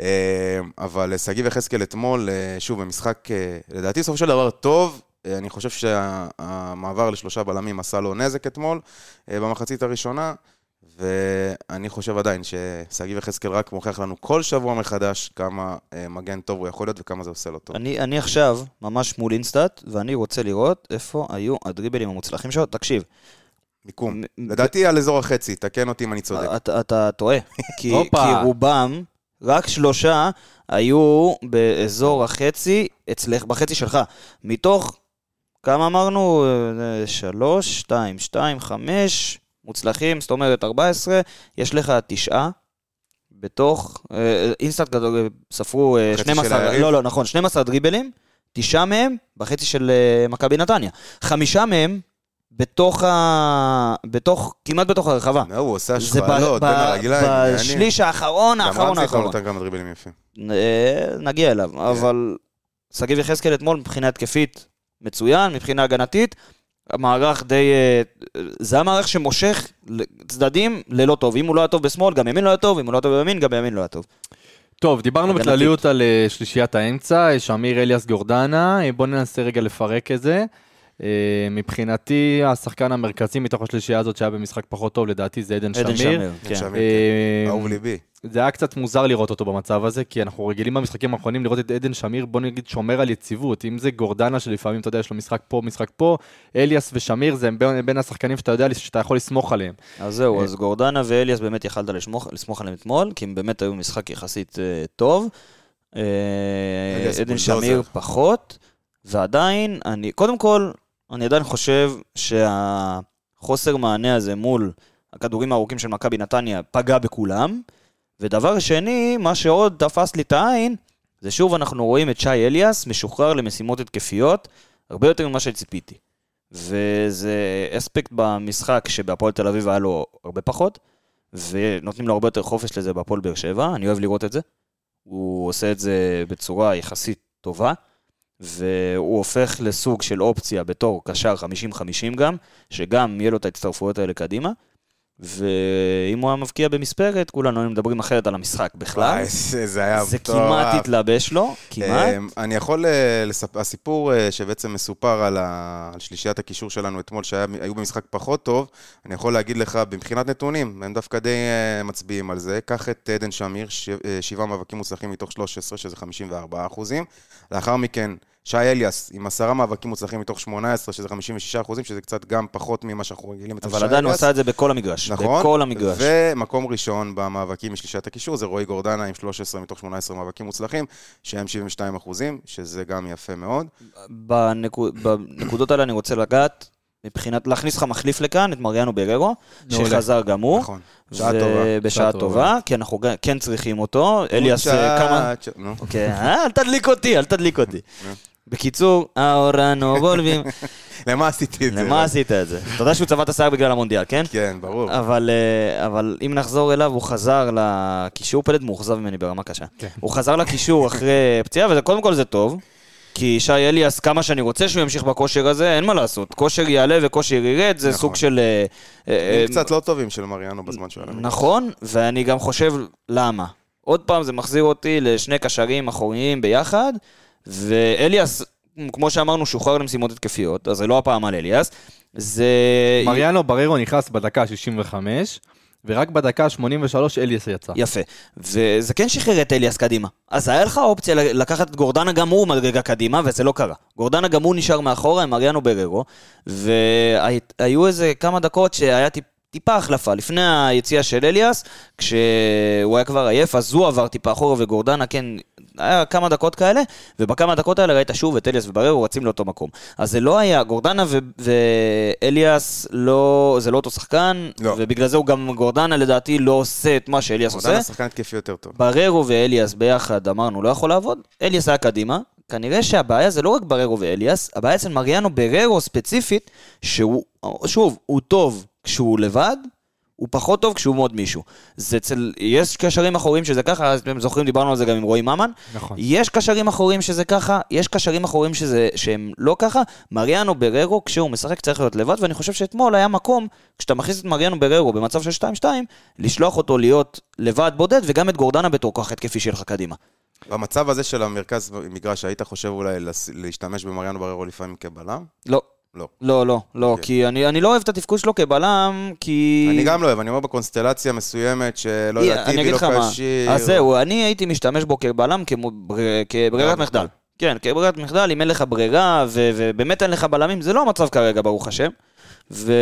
אבל סגיב יחזקאל אתמול, שוב, במשחק, לדעתי סוף של דבר טוב, אני חושב שהמעבר לשלושה בלמים עשה לו נזק אתמול במחצית הראשונה, ואני חושב עדיין שסגיב יחזקאל רק מוכיח לנו כל שבוע מחדש כמה מגן טוב הוא יכול להיות וכמה זה עושה לו טוב. אני, אני עכשיו ממש מול אינסטאט, ואני רוצה לראות איפה היו הדריבלים המוצלחים שלו. תקשיב. מיקום. לדעתי על אזור החצי, תקן אותי אם אני צודק. אתה, אתה טועה. כי, כי רובם, רק שלושה, היו באזור החצי, אצלך, בחצי שלך. מתוך... כמה אמרנו? שלוש, שתיים, שתיים, חמש, מוצלחים, זאת אומרת ארבע עשרה, יש לך תשעה, בתוך, אינסטאט ספרו שנים עשר, לא, לא, נכון, שנים עשר דריבלים, תשעה מהם בחצי של מכבי נתניה, חמישה מהם בתוך, ה... בתוך, כמעט בתוך הרחבה. לא, הוא עושה השפעלות בין הרגליים. בשליש האחרון, האחרון, האחרון. גם כמה דריבלים יפים. נגיע אליו, אבל סגיב יחזקאל אתמול מבחינה התקפית, מצוין, מבחינה הגנתית, המערך די, זה המערך שמושך צדדים ללא טוב, אם הוא לא היה טוב בשמאל, גם ימין לא היה טוב, אם הוא לא היה טוב בימין, גם בימין לא היה טוב. טוב, דיברנו בכלליות על שלישיית האמצע, שמיר אליאס גורדנה, בואו ננסה רגע לפרק את זה. מבחינתי, השחקן המרכזי מתוך השלישייה הזאת שהיה במשחק פחות טוב, לדעתי זה עדן שמיר. אהוב ליבי. זה היה קצת מוזר לראות אותו במצב הזה, כי אנחנו רגילים במשחקים האחרונים לראות את עדן שמיר, בוא נגיד שומר על יציבות, אם זה גורדנה שלפעמים אתה יודע, יש לו משחק פה, משחק פה, אליאס ושמיר זה בין השחקנים שאתה יודע שאתה יכול לסמוך עליהם. אז זהו, אז גורדנה ואליאס באמת יכלת לסמוך עליהם אתמול, כי הם באמת היו משחק יחסית טוב, עדן שמיר פחות, ועדיין, אני, קודם כל, אני עדיין חושב שהחוסר מענה הזה מול הכדורים הארוכים של מכבי נתניה פגע בכולם, ודבר שני, מה שעוד תפס לי את העין, זה שוב אנחנו רואים את שי אליאס משוחרר למשימות התקפיות, הרבה יותר ממה שציפיתי. וזה אספקט במשחק שבהפועל תל אביב היה לו הרבה פחות, ונותנים לו הרבה יותר חופש לזה בהפועל באר שבע, אני אוהב לראות את זה. הוא עושה את זה בצורה יחסית טובה, והוא הופך לסוג של אופציה בתור קשר חמישים חמישים גם, שגם יהיה לו את ההצטרפויות האלה קדימה, ואם הוא היה מבקיע במספרת, כולנו היינו מדברים אחרת על המשחק בכלל. זה היה זה כמעט התלבש לו, כמעט. אני יכול, הסיפור שבעצם מסופר על שלישיית הקישור שלנו אתמול, שהיו במשחק פחות טוב, אני יכול להגיד לך, מבחינת נתונים, הם דווקא די מצביעים על זה, קח את עדן שמיר, שבעה מאבקים מוצלחים מתוך שלוש עשרה, שזה חמישים וארבעה אחוזים, לאחר מכן, שי אליאס, עם עשרה מאבקים מוצלחים מתוך שמונה עשרה, שזה חמישים ושישה אחוזים, שזה קצת גם פחות ממה שאנחנו רגילים אצל שי אליאס. אבל עדיין הוא עשה את זה בכל המגרש. נכון. בכל המגרש. ומקום ראשון במאבקים משלישת הקישור, זה רועי גורדנה עם שלוש עשרה מתוך שמונה עשרה מאבקים מוצלחים, שהם שבעים ושתיים אחוזים, שזה גם יפה מאוד. בנקודות האלה אני רוצה לגעת, מבחינת, להכניס לך מחליף לכאן, את מריאנו בררו, שחזר גם הוא. נכון. שעה טובה. בשעה טובה, כי אנחנו כן צריכים אותו. אליאס, כמה... אוקיי, אל תדליק אותי, אל תדליק אותי. בקיצור, האורנו בולבים. למה עשיתי את זה? למה עשית את זה? אתה יודע שהוא צבע את השיער בגלל המונדיאל, כן? כן, ברור. אבל, אבל אם נחזור אליו, הוא חזר לקישור, פלד מאוכזב ממני ברמה קשה. הוא חזר לקישור אחרי פציעה, וקודם כל זה טוב, כי שי אליאס, כמה שאני רוצה שהוא ימשיך בכושר הזה, אין מה לעשות. כושר יעלה וכושר ירד, זה סוג של... קצת לא טובים של מריאנו בזמן שהוא עלה. נכון, ואני גם חושב למה. עוד פעם זה מחזיר אותי לשני קשרים אחוריים ביחד, ואליאס כמו שאמרנו, שוחרר למשימות התקפיות, אז זה לא הפעם על אליאס, זה... מריאנו בררו נכנס בדקה שישים וחמש, ורק בדקה שמונים ושלוש אליאס יצא. יפה, וזה כן שחרר את אליאס קדימה. אז היה לך אופציה לקחת את גורדנה גמור מדרגה קדימה, וזה לא קרה. גורדנה גמור נשאר מאחורה עם מריאנו בררו, והיו איזה כמה דקות שהיה טיפ... טיפה החלפה, לפני היציאה של אליאס, כשהוא היה כבר עייף, אז הוא עבר טיפה אחורה וגורדנה, כן, היה כמה דקות כאלה, ובכמה דקות האלה ראית שוב את אליאס ובררו רצים לאותו מקום. אז זה לא היה, גורדנה ו- ואליאס, לא, זה לא אותו שחקן, לא. ובגלל זה הוא גם, גורדנה לדעתי לא עושה את מה שאליאס עושה. גורדנה שחקן התקפי יותר טוב. בררו ואליאס ביחד, אמרנו, לא יכול לעבוד, אליאס היה קדימה, כנראה שהבעיה זה לא רק בררו ואליאס, הבעיה אצל מריאנו בררו ספציפית, שהוא, שוב, הוא טוב כשהוא לבד, הוא פחות טוב כשהוא מאוד מישהו. זה אצל, יש קשרים אחורים שזה ככה, אז אתם זוכרים, דיברנו על זה גם עם רועי ממן. נכון. יש קשרים אחורים שזה ככה, יש קשרים אחורים שזה, שהם לא ככה. מריאנו בררו, כשהוא משחק צריך להיות לבד, ואני חושב שאתמול היה מקום, כשאתה מכניס את מריאנו בררו במצב של שתיים שתיים, לשלוח אותו להיות לבד בודד, וגם את גורדנה בתור כוח התקפי שלך קדימה. במצב הזה של המרכז מגרש, היית חושב אולי להשתמש במריאנו בררו לפעמים כבלם? לא. לא. לא, לא, לא, כי אני, אני לא אוהב את התפקוד שלו כבלם, כי... אני גם לא אוהב, אני אומר בקונסטלציה מסוימת שלא יודעתי ולא קשיר. אז זהו, אני הייתי משתמש בו כבלם כברירת מחדל. כן, כברירת מחדל, אם אין לך ברירה, ובאמת אין לך בלמים, זה לא המצב כרגע, ברוך השם. ו...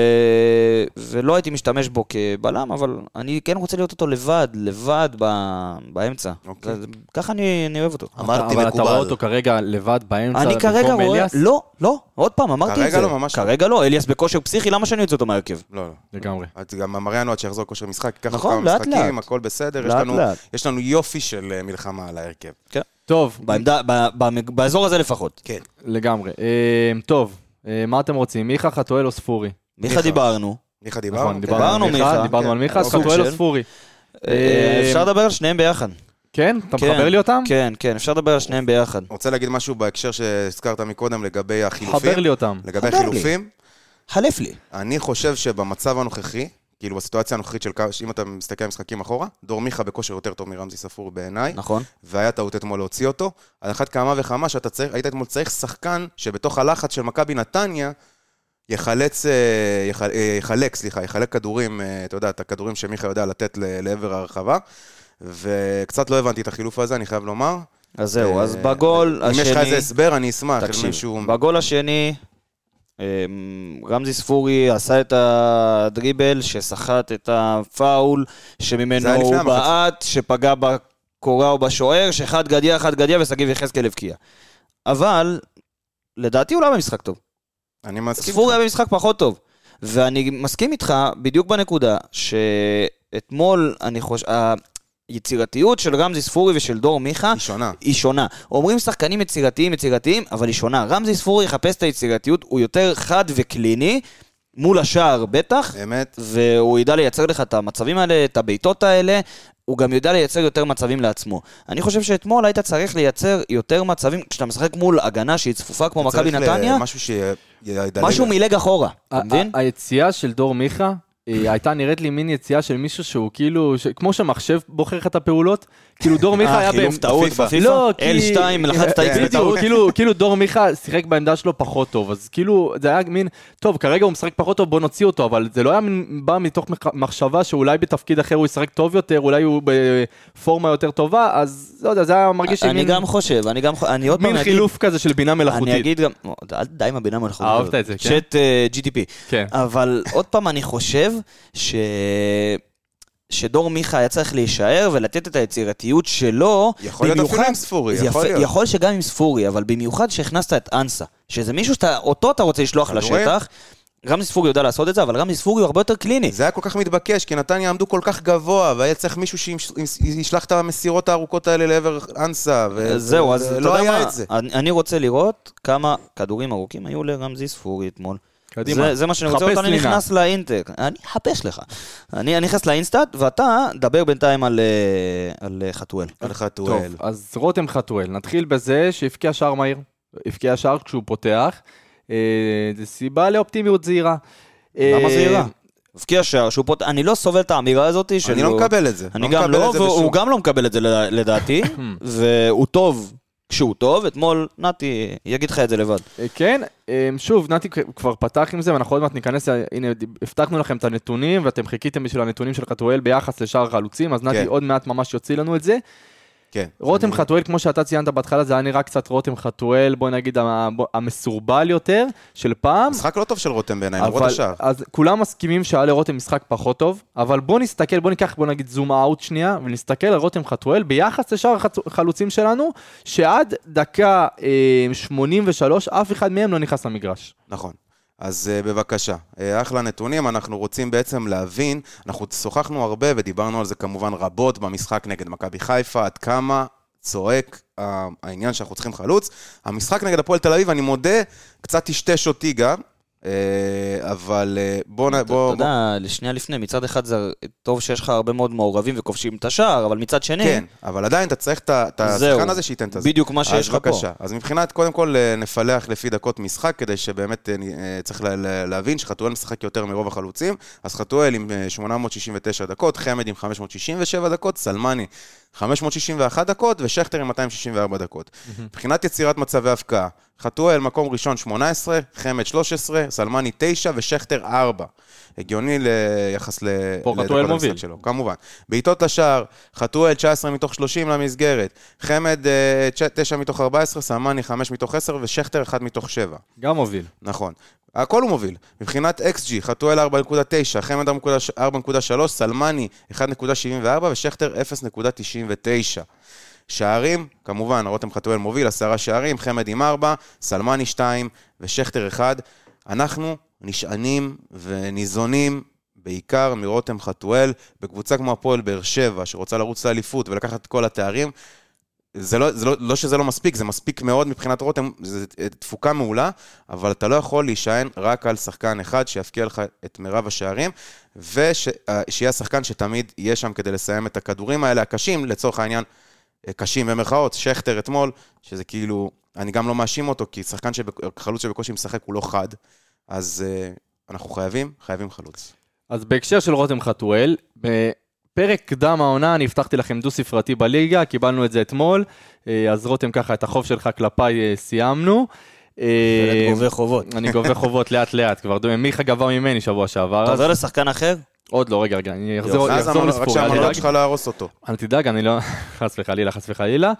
ולא הייתי משתמש בו כבלם, אבל אני כן רוצה להיות אותו לבד, לבד ב... באמצע. אוקיי. ככה אני, אני אוהב אותו. אמרתי אבל מקובל. אתה רואה אותו כרגע לבד באמצע אני כרגע רואה... אליאס? לא, לא, עוד פעם, אמרתי את זה. כרגע לא, ממש לא. כרגע לא, אליאס בכושר פסיכי, למה שאני יוצא אותו מהרכב? לא, לא. לגמרי. גם מריאנו עד שיחזור כושר משחק, ככה נכון, כמה לאט, משחקים, לאט. הכל בסדר, יש לאט, לנו, לאט. יש לנו יופי של מלחמה על ההרכב. כן. טוב, בעמדה, ב... ב... באזור הזה לפחות. כן. לגמרי. אה, טוב, אה, מה אתם רוצים? מיכה, חתואל או ספורי? מיכה דיברנו. מיכה דיברנו? נכון, כן. דיברנו דיברנו על מיכה, מיכה. דיברנו על מיכה, אז סוג חתואל או של- ספורי? אפשר לדבר על שניהם ביחד. כן? אתה כן. מחבר לי אותם? כן, כן, אפשר לדבר על שניהם ביחד. רוצה להגיד משהו בהקשר שהזכרת מקודם לגבי החילופים? חבר לי אותם. לגבי חבר לי. החילופים, חלף לי. אני חושב שבמצב הנוכחי, כאילו בסיטואציה הנוכחית של, אם אתה מסתכל על משחקים אחורה, דור מיכה בכושר יותר טוב מרמזי ספורי בעיניי, נכון. והיה טעות אתמול להוציא אותו, על אחת כמה וכמה שאתה צריך, היית אתמול צריך שחקן שבתוך הלחץ של מכבי נתניה, יחלץ, יחל, יחלק, סליחה, יחלק כדורים, אתה יודע, את הכדורים שמיכה יודע לתת לעבר הרחבה, וקצת לא הבנתי את החילוף הזה, אני חייב לומר. אז זהו, אז בגול השני... אם יש לך איזה הסבר, אני אשמח. תקשיב, בגול השני, רמזי ספורי עשה את הדריבל, ששחט את הפאול, שממנו הוא בעט, שפגע בקורה או בשוער, שאחד גדיה, אחד גדיה, וסגיב יחזקאל הבקיע. אבל, לדעתי הוא לא במשחק טוב. אני מסכים. ספורי היה במשחק פחות טוב. ואני מסכים איתך בדיוק בנקודה, שאתמול אני חושב... היצירתיות של רמזי ספורי ושל דור מיכה היא שונה. היא שונה. אומרים שחקנים יצירתיים, יצירתיים, אבל היא שונה. רמזי ספורי יחפש את היצירתיות, הוא יותר חד וקליני, מול השער בטח, אמת. והוא ידע לייצר לך את המצבים האלה, את הביתות האלה, הוא גם יודע לייצר יותר מצבים לעצמו. אני חושב שאתמול היית צריך לייצר יותר מצבים, כשאתה משחק מול הגנה שהיא צפופה כמו מכבי נתניה, משהו שידלג. משהו מילג אחורה, אתה מבין? היציאה של דור מיכה, הייתה נראית לי מין יציאה של מישהו שהוא כאילו, כמו שמחשב בוחר לך את הפעולות, כאילו דור מיכה היה... חילוף טעות בפיפה? לא, אל שתיים, לחץ את האיקס בטעות? כאילו דור מיכה שיחק בעמדה שלו פחות טוב, אז כאילו זה היה מין, טוב, כרגע הוא משחק פחות טוב, בוא נוציא אותו, אבל זה לא היה בא מתוך מחשבה שאולי בתפקיד אחר הוא ישחק טוב יותר, אולי הוא בפורמה יותר טובה, אז לא יודע, זה היה מרגיש שמין... אני גם חושב, אני גם חושב, אני עוד פעם מין אגיד... חילוף כזה של בינה מלאכותית. אני אגיד גם, אל די עם הבינה מלאכותית. אהבת את זה, כן? צ'אט ג'י טי פי. כן. אבל עוד פעם אני חושב ש... שדור מיכה היה צריך להישאר ולתת את היצירתיות שלו. יכול להיות אפילו עם ספורי, יכול להיות. יכול שגם עם ספורי, אבל במיוחד שהכנסת את אנסה, שזה מישהו שאותו אתה רוצה לשלוח לשטח. רמזי ספורי יודע לעשות את זה, אבל רמזי ספורי הוא הרבה יותר קליני. זה היה כל כך מתבקש, כי נתניה עמדו כל כך גבוה, והיה צריך מישהו שישלח את המסירות הארוכות האלה לעבר אנסה, זהו, אז לא היה את זה. אני רוצה לראות כמה כדורים ארוכים היו לרמזי ספורי אתמול. קדימה. זה מה שאני רוצה, אני נכנס לאינטק, אני אחפש לך. אני נכנס לאינסטאט, ואתה דבר בינתיים על חתואל. על חתואל. טוב, אז רותם חתואל, נתחיל בזה שהפקיע שער מהיר. הפקיע שער כשהוא פותח. זה סיבה לאופטימיות זהירה. למה זהירה? הפקיע שער שהוא פותח, אני לא סובל את האמירה הזאת. אני לא מקבל את זה. אני גם לא, והוא גם לא מקבל את זה לדעתי, והוא טוב כשהוא טוב, אתמול נתי יגיד לך את זה לבד. כן, שוב, נתי כבר פתח עם זה, ואנחנו עוד מעט ניכנס, הנה, הבטחנו לכם את הנתונים, ואתם חיכיתם בשביל הנתונים של חתואל ביחס לשאר החלוצים, אז נתי עוד מעט ממש יוציא לנו את זה. כן. רותם חתואל, כמו שאתה ציינת בהתחלה, זה היה נראה קצת רותם חתואל, בוא נגיד, המסורבל יותר של פעם. משחק לא טוב של רותם בעיניי, למרות השאר. אז כולם מסכימים שהיה לרותם משחק פחות טוב, אבל בוא נסתכל, בוא ניקח, בוא נגיד זום אאוט שנייה, ונסתכל על רותם חתואל ביחס לשאר החלוצים שלנו, שעד דקה שמונים ושלוש, אף אחד מהם לא נכנס למגרש. נכון. אז uh, בבקשה, uh, אחלה נתונים, אנחנו רוצים בעצם להבין, אנחנו שוחחנו הרבה ודיברנו על זה כמובן רבות במשחק נגד מכבי חיפה, עד כמה צועק uh, העניין שאנחנו צריכים חלוץ. המשחק נגד הפועל תל אביב, אני מודה, קצת תשתש אותי גם, uh, אבל uh, בוא... אתה בוא, יודע, בוא... לשנייה לפני, מצד אחד זה טוב שיש לך הרבה מאוד מעורבים וכובשים את השער, אבל מצד שני... כן, אבל עדיין אתה צריך את השחקן הזה שייתן את זה. בדיוק מה שיש לך פה. בבקשה. אז מבחינת, קודם כל נפלח לפי דקות משחק, כדי שבאמת צריך להבין שחתואל משחק יותר מרוב החלוצים, אז חתואל עם שמונה מאות שישים ותשע דקות, חמד עם חמש מאות שישים ושבע דקות, סלמני חמש מאות שישים ואחת דקות, ושכטר עם מאתיים שישים וארבע דקות. מבחינת יצירת מצבי הפקעה, חתואל מקום ראשון שמונה עשרה, חמד שלוש עשרה, סלמני תשע ושכטר ארבע. הגיוני ליחס לדקות המשחק שלו, כמובן. בעיטות לשער, חתואל תשע עשרה מתוך שלושים למסגרת, חמד תשע מתוך ארבע עשרה, סלמני חמש מתוך עשר ושכטר אחד מתוך שבע. גם מוביל. נכון. הכל הוא מוביל. מבחינת אקס ג'י, חתואל ארבע נקודה תשע, חמד ארבע נקודה שלוש, סלמני אחד נקודה שבעים וארבע ושכטר אפס נקודה תשעים ותשע. שערים, כמובן, רותם חתואל מוביל, עשרה שערים, חמד עם ארבע, סלמני שתיים ושכטר אחד. אנחנו נשענים וניזונים בעיקר מרותם חתואל, בקבוצה כמו הפועל באר שבע, שרוצה לרוץ לאליפות ולקחת את כל התארים. זה לא, זה לא, לא שזה לא מספיק, זה מספיק מאוד מבחינת רותם, זה תפוקה מעולה, אבל אתה לא יכול להישען רק על שחקן אחד שיפקיע לך את מרב השערים, ושיהיה השחקן שתמיד יהיה שם כדי לסיים את הכדורים האלה הקשים, לצורך העניין, קשים במרכאות, שכטר אתמול, שזה כאילו, אני גם לא מאשים אותו, כי שחקן שחלוץ שבקושי משחק הוא לא חד, אז uh, אנחנו חייבים, חייבים חלוץ. אז בהקשר של רותם חתואל, בפרק קדם העונה אני הבטחתי לכם דו ספרתי בליגה, קיבלנו את זה אתמול, אז רותם ככה את החוב שלך כלפיי סיימנו. ואתה גובה חובות. אני גובה חובות לאט לאט, כבר מיכה גבר ממני שבוע שעבר. אתה עובר לשחקן אחר? עוד לא, רגע, רגע, אני אחזור לספור. רק שהמנהלות שלך להרוס אותו. אל תדאג, אני לא, חס וחלילה, חס וחלילה.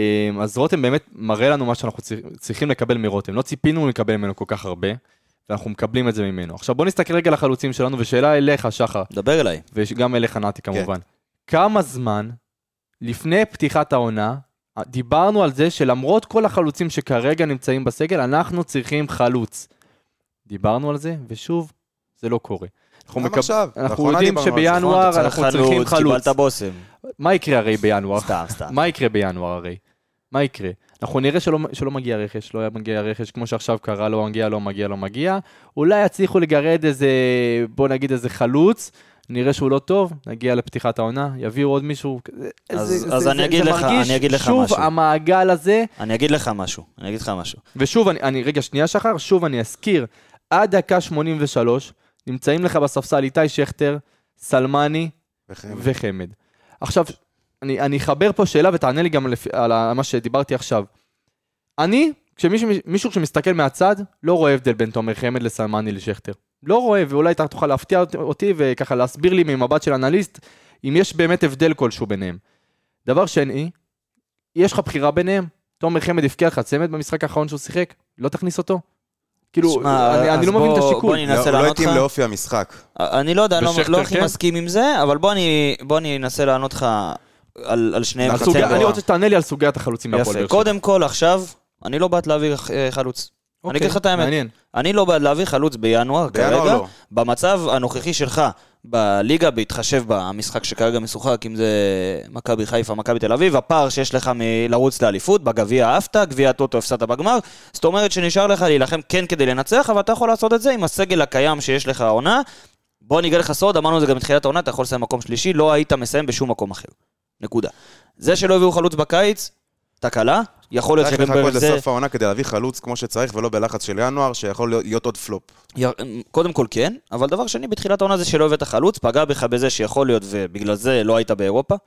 אז רותם באמת מראה לנו מה שאנחנו צריכים לקבל מרותם. לא ציפינו לקבל ממנו כל כך הרבה, ואנחנו מקבלים את זה ממנו. עכשיו בוא נסתכל רגע לחלוצים שלנו, ושאלה אליך, שחר. דבר אליי. וגם אליך נתי כמובן. כמה זמן לפני פתיחת העונה, דיברנו על זה שלמרות כל החלוצים שכרגע נמצאים בסגל, אנחנו צריכים חלוץ. דיברנו על זה, ושוב, זה לא קורה. אנחנו, מקב... אנחנו יודעים שבינואר אנחנו צריכים חלוץ. קיבלת בוסם. מה יקרה הרי בינואר? סתם, סתם. מה יקרה בינואר הרי? מה יקרה? אנחנו נראה שלא, שלא מגיע רכש, לא מגיע רכש, כמו שעכשיו קרה, לא מגיע, לא מגיע, לא מגיע. אולי יצליחו לגרד איזה, בוא נגיד איזה חלוץ, נראה שהוא לא טוב, נגיע לפתיחת העונה, יביאו עוד מישהו. אז, זה, אז זה, אני זה, אגיד זה לך, אני אגיד לך שוב משהו. שוב המעגל הזה. אני אגיד לך משהו, אני אגיד לך משהו. ושוב, אני, אני רגע שנייה שחר, שוב אני אזכיר, עד דקה שמונים ושלוש, נמצאים לך בספסל איתי שכטר, סלמני וחמד. וחמד. עכשיו, אני, אני אחבר פה שאלה ותענה לי גם לפ... על מה שדיברתי עכשיו. אני, כשמישהו שמסתכל מהצד, לא רואה הבדל בין תומר חמד לסלמני לשכטר. לא רואה, ואולי אתה תוכל להפתיע אותי וככה להסביר לי ממבט של אנליסט, אם יש באמת הבדל כלשהו ביניהם. דבר שני, יש לך בחירה ביניהם. תומר חמד הפקיע לך צמד במשחק האחרון שהוא שיחק, לא תכניס אותו? כאילו, שמה, אני, אני לא מבין את השיקול. לא, לא התאים לאופי המשחק. אני לא יודע, לא, לא הכי מסכים עם זה, אבל בוא אני, בוא אני אנסה לענות לך על, על שניהם. סוגי, אני רוצה שתענה לי על סוגיית החלוצים. יפה, קודם כל עכשיו, אני לא בעד להעביר חלוץ. אני אגיד לך את האמת. אני לא בעד להעביר חלוץ בינואר, כרגע, במצב הנוכחי שלך, בליגה, בהתחשב במשחק שכרגע משוחק, אם זה מכבי חיפה, מכבי תל אביב, הפער שיש לך מלרוץ לאליפות, בגביע האפתה, גביע הטוטו הפסדת בגמר, זאת אומרת שנשאר לך להילחם כן כדי לנצח, אבל אתה יכול לעשות את זה עם הסגל הקיים שיש לך העונה. בוא ניגע לך סוד, אמרנו את זה גם בתחילת העונה, אתה יכול לסיים מקום שלישי, לא היית מסיים בשום מקום אחר. נקודה. זה שלא הביאו חלוץ בקיץ, תקלה, יכול להיות שגם בזה... צריך לסוף העונה כדי להביא חלוץ כמו שצריך, ולא בלחץ של ינואר, שיכול להיות עוד פלופ. קודם כל כן, אבל דבר שני, בתחילת העונה זה שלא הבאת חלוץ, פגע בך בזה שיכול להיות, ובגלל זה לא היית באירופה,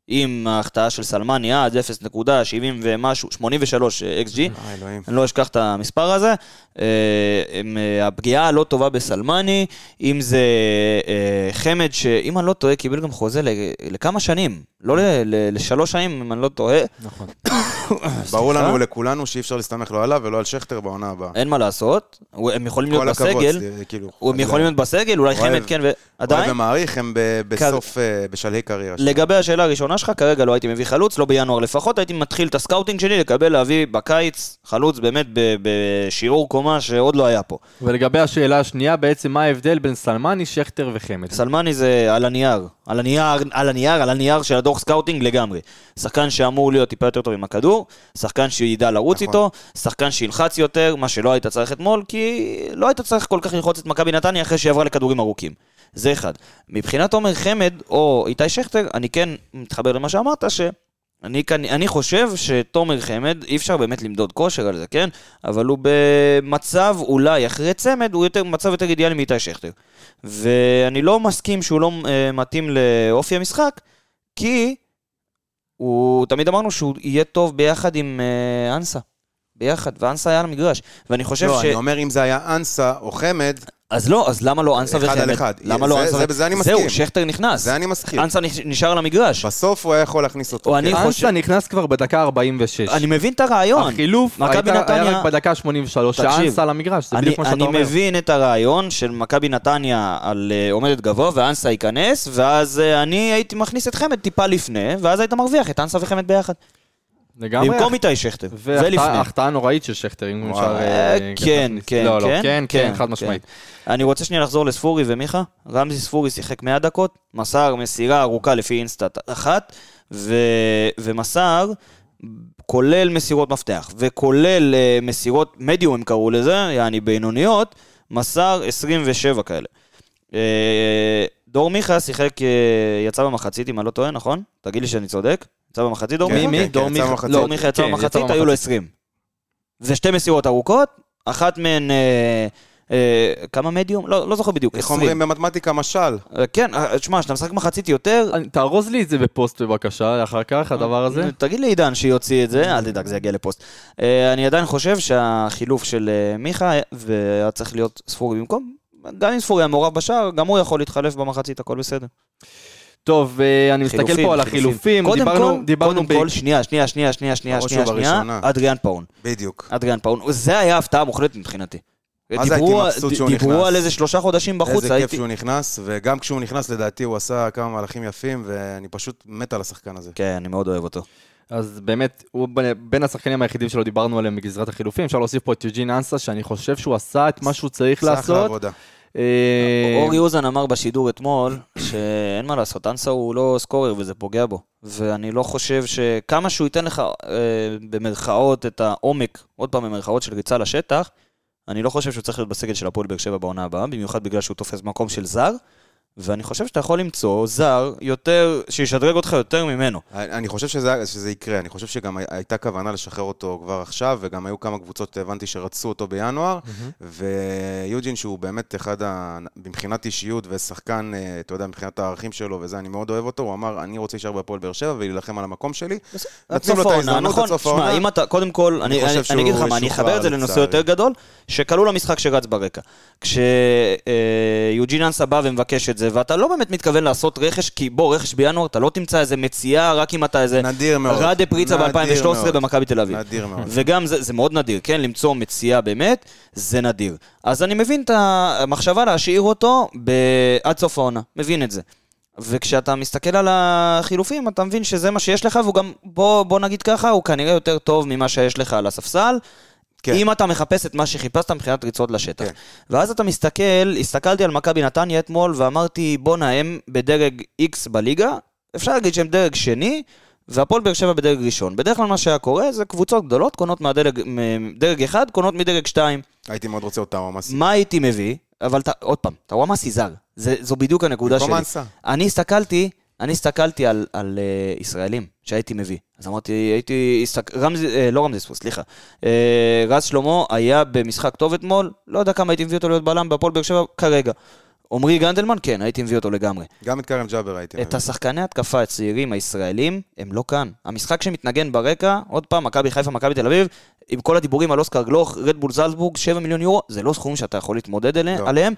עם ההחטאה של סלמני עד אפס נקודה שבעים ומשהו, שמונים ושלוש אקס ג'י, אני לא אשכח את המספר הזה, עם הפגיעה הלא טובה בסלמני, אם זה חמד שאם אני לא טועה קיבל גם חוזה לכמה שנים, לא לשלוש שנים אם אני לא טועה. נכון. ברור לנו לכולנו שאי אפשר להסתמך לא עליו ולא על שכתר בעונה הבאה. אין מה לעשות, הם יכולים להיות בסגל, הם יכולים להיות בסגל, אולי חמד כן ועדיין. אוהב ומעריך, הם בסוף, בשלהי קריירה. לגבי השאלה הראשונה שלך, כרגע לא הייתי מביא חלוץ, לא בינואר לפחות, הייתי מתחיל את הסקאוטינג שלי לקבל להביא בקיץ חלוץ באמת בשיעור קומה שעוד לא היה פה. ולגבי השאלה השנייה, בעצם מה ההבדל בין סלמני, שכתר וחמד? סלמני זה על הנייר, על הנייר, על הנייר, על הנייר של הדוח סקאוטינג לגמרי. שחקן שאמור להיות טיפה יותר טוב עם הכדור, שחקן שידע לרוץ איתו, שחקן שילחץ יותר, מה שלא היית צריך אתמול, כי לא היית צריך כל כך ללחוץ את מכבי נתניה אחרי שעברה לכדורים ארוכים. זה אחד. מבחינת עומר חמד או איתי שכתר, אני כן מתחבר למה שאמרת, שאני אני חושב שתומר חמד, אי אפשר באמת למדוד כושר על זה, כן? אבל הוא במצב אולי אחרי צמד, הוא יותר, מצב יותר אידיאלי מאיתי שכתר. ואני לא מסכים שהוא לא מתאים לאופי המשחק, כי הוא, תמיד אמרנו שהוא יהיה טוב ביחד עם uh, אנסה. ביחד, ואנסה היה על המגרש. ואני חושב לא, ש... לא, אני אומר אם זה היה אנסה או חמד... אז לא, אז למה לא אנסה וחמד? אחד על אחד. למה לא אנסה? זה אני מסכים. זהו, שכתר נכנס. זה אני מסכים. אנסה נשאר על המגרש. בסוף הוא היה יכול להכניס אותו. אנסה נכנס כבר בדקה ארבעים ושש. אני מבין את הרעיון. החילוף היה רק בדקה שמונים ושלוש, שאנסה על המגרש. זה בדיוק מה שאתה אומר. אני מבין את הרעיון של מכבי נתניה על עומדת גבוה, ואנסה ייכנס, ואז אני הייתי מכניס את חמד טיפה לפני, ואז היית מרוויח את אנסה וחמד ביחד. במקום איתי שכתר, ולפני. וההחטאה נוראית של שכתר, אם אפשר... כן, כן, לא, לא, כן, כן, חד משמעית. אני רוצה שנייה לחזור לספורי ומיכה. רמזי ספורי שיחק מאה דקות, מסר מסירה ארוכה לפי אינסטאט אחת, ומסר, כולל מסירות מפתח, וכולל מסירות מדיום, הם קראו לזה, יעני בינוניות, מסר עשרים ושבע כאלה. דור מיכה שיחק, יצא במחצית, אם אני לא טועה, נכון? תגיד לי שאני צודק. יצא במחצית דור מיכה? מי? דור מיכה יצא במחצית, היו לו עשרים. ושתי מסירות ארוכות, אחת מהן, כמה מדיום? לא זוכר בדיוק, איך אומרים במתמטיקה משל? כן, תשמע, שאתה משחק מחצית יותר... תארוז לי את זה בפוסט בבקשה, אחר כך, הדבר הזה. תגיד לי עידן שיוציא את זה, אל תדאג, זה יגיע לפוסט. אני עדיין חושב שהחילוף של מיכה, והיה צריך להיות ספורי במקום, גם אם ספורי המעורב בשער, גם הוא יכול להתחלף במחצית, הכל בסדר. טוב, אני מסתכל פה על החילופים, קודם כל, שנייה, שנייה, שנייה, שנייה, שנייה, שנייה, אדריאן פאון. בדיוק. אדריאן פאון, זה היה הפתעה מוחלטת מבחינתי. אז הייתי מבסוט שהוא נכנס. דיברו על איזה שלושה חודשים בחוץ. איזה כיף שהוא נכנס, וגם כשהוא נכנס לדעתי הוא עשה כמה מהלכים יפים, ואני פשוט מת על השחקן הזה. כן, אני מאוד אוהב אותו. אז באמת, הוא בין השחקנים היחידים שלו דיברנו עליהם בגזרת החילופים, אפשר להוסיף פה את יוג'ין אנסה, שאני חושב שהוא עשה את מה שהוא צריך לעשות. אורי אוזן אמר בשידור אתמול שאין מה לעשות, אנסה הוא לא סקורר וזה פוגע בו, ואני לא חושב שכמה שהוא ייתן לך במרכאות את העומק, עוד פעם במרכאות של ריצה לשטח, אני לא חושב שהוא צריך להיות בסגל של הפועל באר שבע בעונה הבאה, במיוחד בגלל שהוא תופס מקום של זר, ואני חושב שאתה יכול למצוא זר יותר, שישדרג אותך יותר ממנו. אני חושב שזה, שזה יקרה, אני חושב שגם הייתה כוונה לשחרר אותו כבר עכשיו, וגם היו כמה קבוצות, הבנתי, שרצו אותו בינואר, ויוג'ין שהוא באמת אחד, מבחינת אישיות ושחקן, אתה יודע, מבחינת הערכים שלו, וזה, אני מאוד אוהב אותו, הוא אמר, אני רוצה להישאר בהפועל באר שבע, ולהילחם על המקום שלי. נתנו לו את ההזדמנות, עד סוף העונה. אם אתה, קודם כל, אני אגיד לך מה, אני אחבר את זה לנושא יותר גדול, שכלול המשחק שרץ ברקע. כשיוג'ין אנסה בא ומבקש את זה, ואתה לא באמת מתכוון לעשות רכש, כי בוא, רכש בינואר, אתה לא תמצא איזה מציאה, רק אם אתה איזה... נדיר מאוד. רדה פריצה ב-אלפיים ושלוש עשרה במכבי תל אביב. נדיר מאוד. וגם זה, זה מאוד נדיר, כן? למצוא מציאה באמת, זה נדיר. אז אני מבין את המחשבה להשאיר אותו עד סוף העונה. מבין את זה. וכשאתה מסתכל על החילופים, אתה מבין שזה מה שיש לך, והוא גם, בוא, בוא נגיד ככה, הוא כנראה יותר טוב ממה שיש לך על הספסל, כן. אם אתה מחפש את מה שחיפשת מבחינת ריצות לשטח. כן. ואז אתה מסתכל, הסתכלתי על מכבי נתניה אתמול, ואמרתי, בוא נהם בדרג X בליגה, אפשר להגיד שהם דרג שני, והפועל באר שבע בדרג ראשון. בדרך כלל מה שהיה קורה, זה קבוצות גדולות, קונות מהדרג מדרג אחד, קונות מדרג שתיים. הייתי מאוד רוצה אותה וואמאסי. מה הייתי מביא? אבל ת, עוד פעם, אתה וואמאסי זר. זה, זו בדיוק הנקודה שלי. אני הסתכלתי, אני הסתכלתי על, על uh, ישראלים שהייתי מביא. אז אמרתי, הייתי, הסתק... רמז... אה, לא רמזי ספוס, סליחה. אה, רז שלמה היה במשחק טוב אתמול, לא יודע כמה הייתי מביא אותו להיות בלם בהפועל באר שבע כרגע. עומרי גנדלמן, כן, הייתי מביא אותו לגמרי. גם את קרם ג'אבר הייתי מביא. את השחקני התקפה הצעירים הישראלים, הם לא כאן. המשחק שמתנגן ברקע, עוד פעם, מכבי חיפה, מכבי תל אביב, עם כל הדיבורים על אוסקר גלוך, רדבול זלצבורג, שבעה מיליון יורו, זה לא סכום שאתה יכול להתמודד עליהם,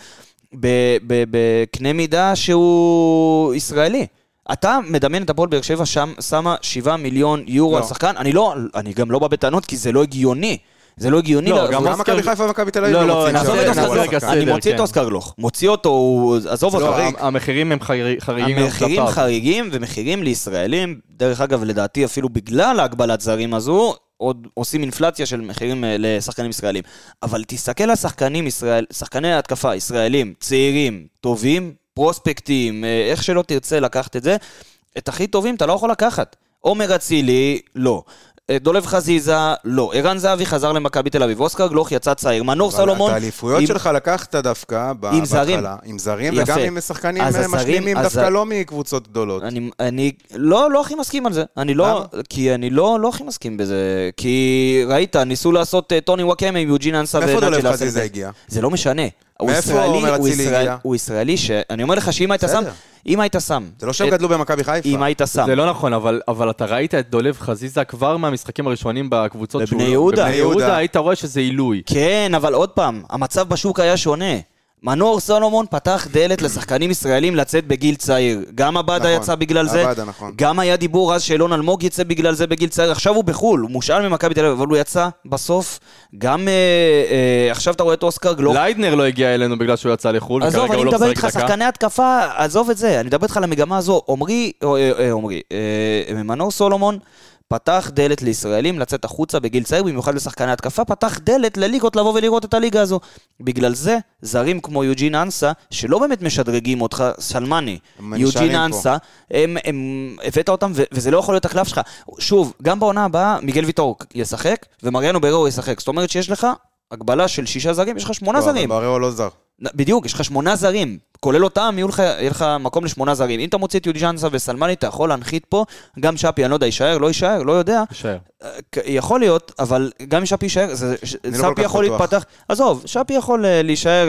בקנה מידה שהוא ישראלי. אתה מדמיין את הפועל באר שבע שם, שמה שבעה מיליון יורו על שחקן, אני לא, אני גם לא בא בטענות, כי זה לא הגיוני. זה לא הגיוני. לא, גם מכבי חיפה ומכבי תל אביב לא מוצאים. אני מוציא את אוסקר גלוך. מוציא אותו, עזוב אותו. המחירים הם חריגים. המחירים חריגים ומחירים לישראלים, דרך אגב, לדעתי אפילו בגלל ההגבלת זרים הזו, עוד עושים אינפלציה של מחירים לשחקנים ישראלים. אבל תסתכל על שחקנים ישראל, שחקני ההתקפה ישראלים, צעירים, טובים, פרוספקטים, איך שלא תרצה לקחת את זה, את הכי טובים אתה לא יכול לקחת. עומר אצילי, לא. דולב חזיזה, לא. ערן זהבי חזר למכבי תל אביב. אוסקר גלוך יצא צעיר. מנור סלומון... את האליפויות שלך לקחת דווקא בהתחלה. עם זרים וגם עם שחקנים משלימים דווקא לא מקבוצות גדולות. אני לא, לא הכי מסכים על זה. אני לא... כי אני לא, לא הכי מסכים בזה. כי ראית, ניסו לעשות טוני וואקמה עם יוג'ין אנסה. מאיפה דולב חזיזה הגיע? זה לא משנה. מאיפה עומר אצילי הגיע? הוא ישראלי שאני אומר לך שאם היית שם... אם היית שם... זה לא שהם גדלו במכבי חיפה. אם היית שם. זה לא נכון, אבל, אבל אתה ראית את דולב חזיזה כבר מהמשחקים הראשונים בקבוצות בבני יהודה. בבני יהודה היית רואה שזה עילוי. כן, אבל עוד פעם, המצב בשוק היה שונה. מנור סולומון פתח דלת לשחקנים ישראלים לצאת בגיל צעיר. גם הבאדה יצא בגלל זה. גם היה דיבור אז שאלון אלמוג יצא בגלל זה בגיל צעיר. עכשיו הוא בחול, הוא מושאל ממכבי תל אביב, אבל הוא יצא בסוף. גם עכשיו אתה רואה את אוסקר גלוך. ליידנר לא הגיע אלינו בגלל שהוא יצא לחול. עזוב, אני מדבר איתך שחקני התקפה, עזוב את זה. אני מדבר איתך למגמה הזו. עומרי, עומרי, מנור סולומון פתח דלת לישראלים לצאת החוצה בגיל צעיר, במיוחד לשחקני התקפה, פתח דלת לליגות לבוא ולראות את הליגה הזו. בגלל זה, זרים כמו יוג'ין אנסה, שלא באמת משדרגים אותך, סלמני, יוג'ין אנסה, הם, הם, הבאת אותם, ו- וזה לא יכול להיות הקלף שלך. שוב, גם בעונה הבאה, מיגל ויטור ישחק, ומריאנו בררו ישחק. זאת אומרת שיש לך הגבלה של שישה זרים, יש לך שמונה זרים. בררו לא זר. בדיוק, יש לך שמונה זרים, כולל אותם, יהיה לך, יהיה לך מקום לשמונה זרים. אם אתה מוציא את יוג'ין אנסה וסלמני, אתה יכול להנחית פה, גם שפי, אני לא יודע, יישאר, לא יישאר, לא יודע. יישאר. יכול להיות, אבל גם אם שפי יישאר, שפי יכול להתפתח, עזוב, שפי יכול להישאר,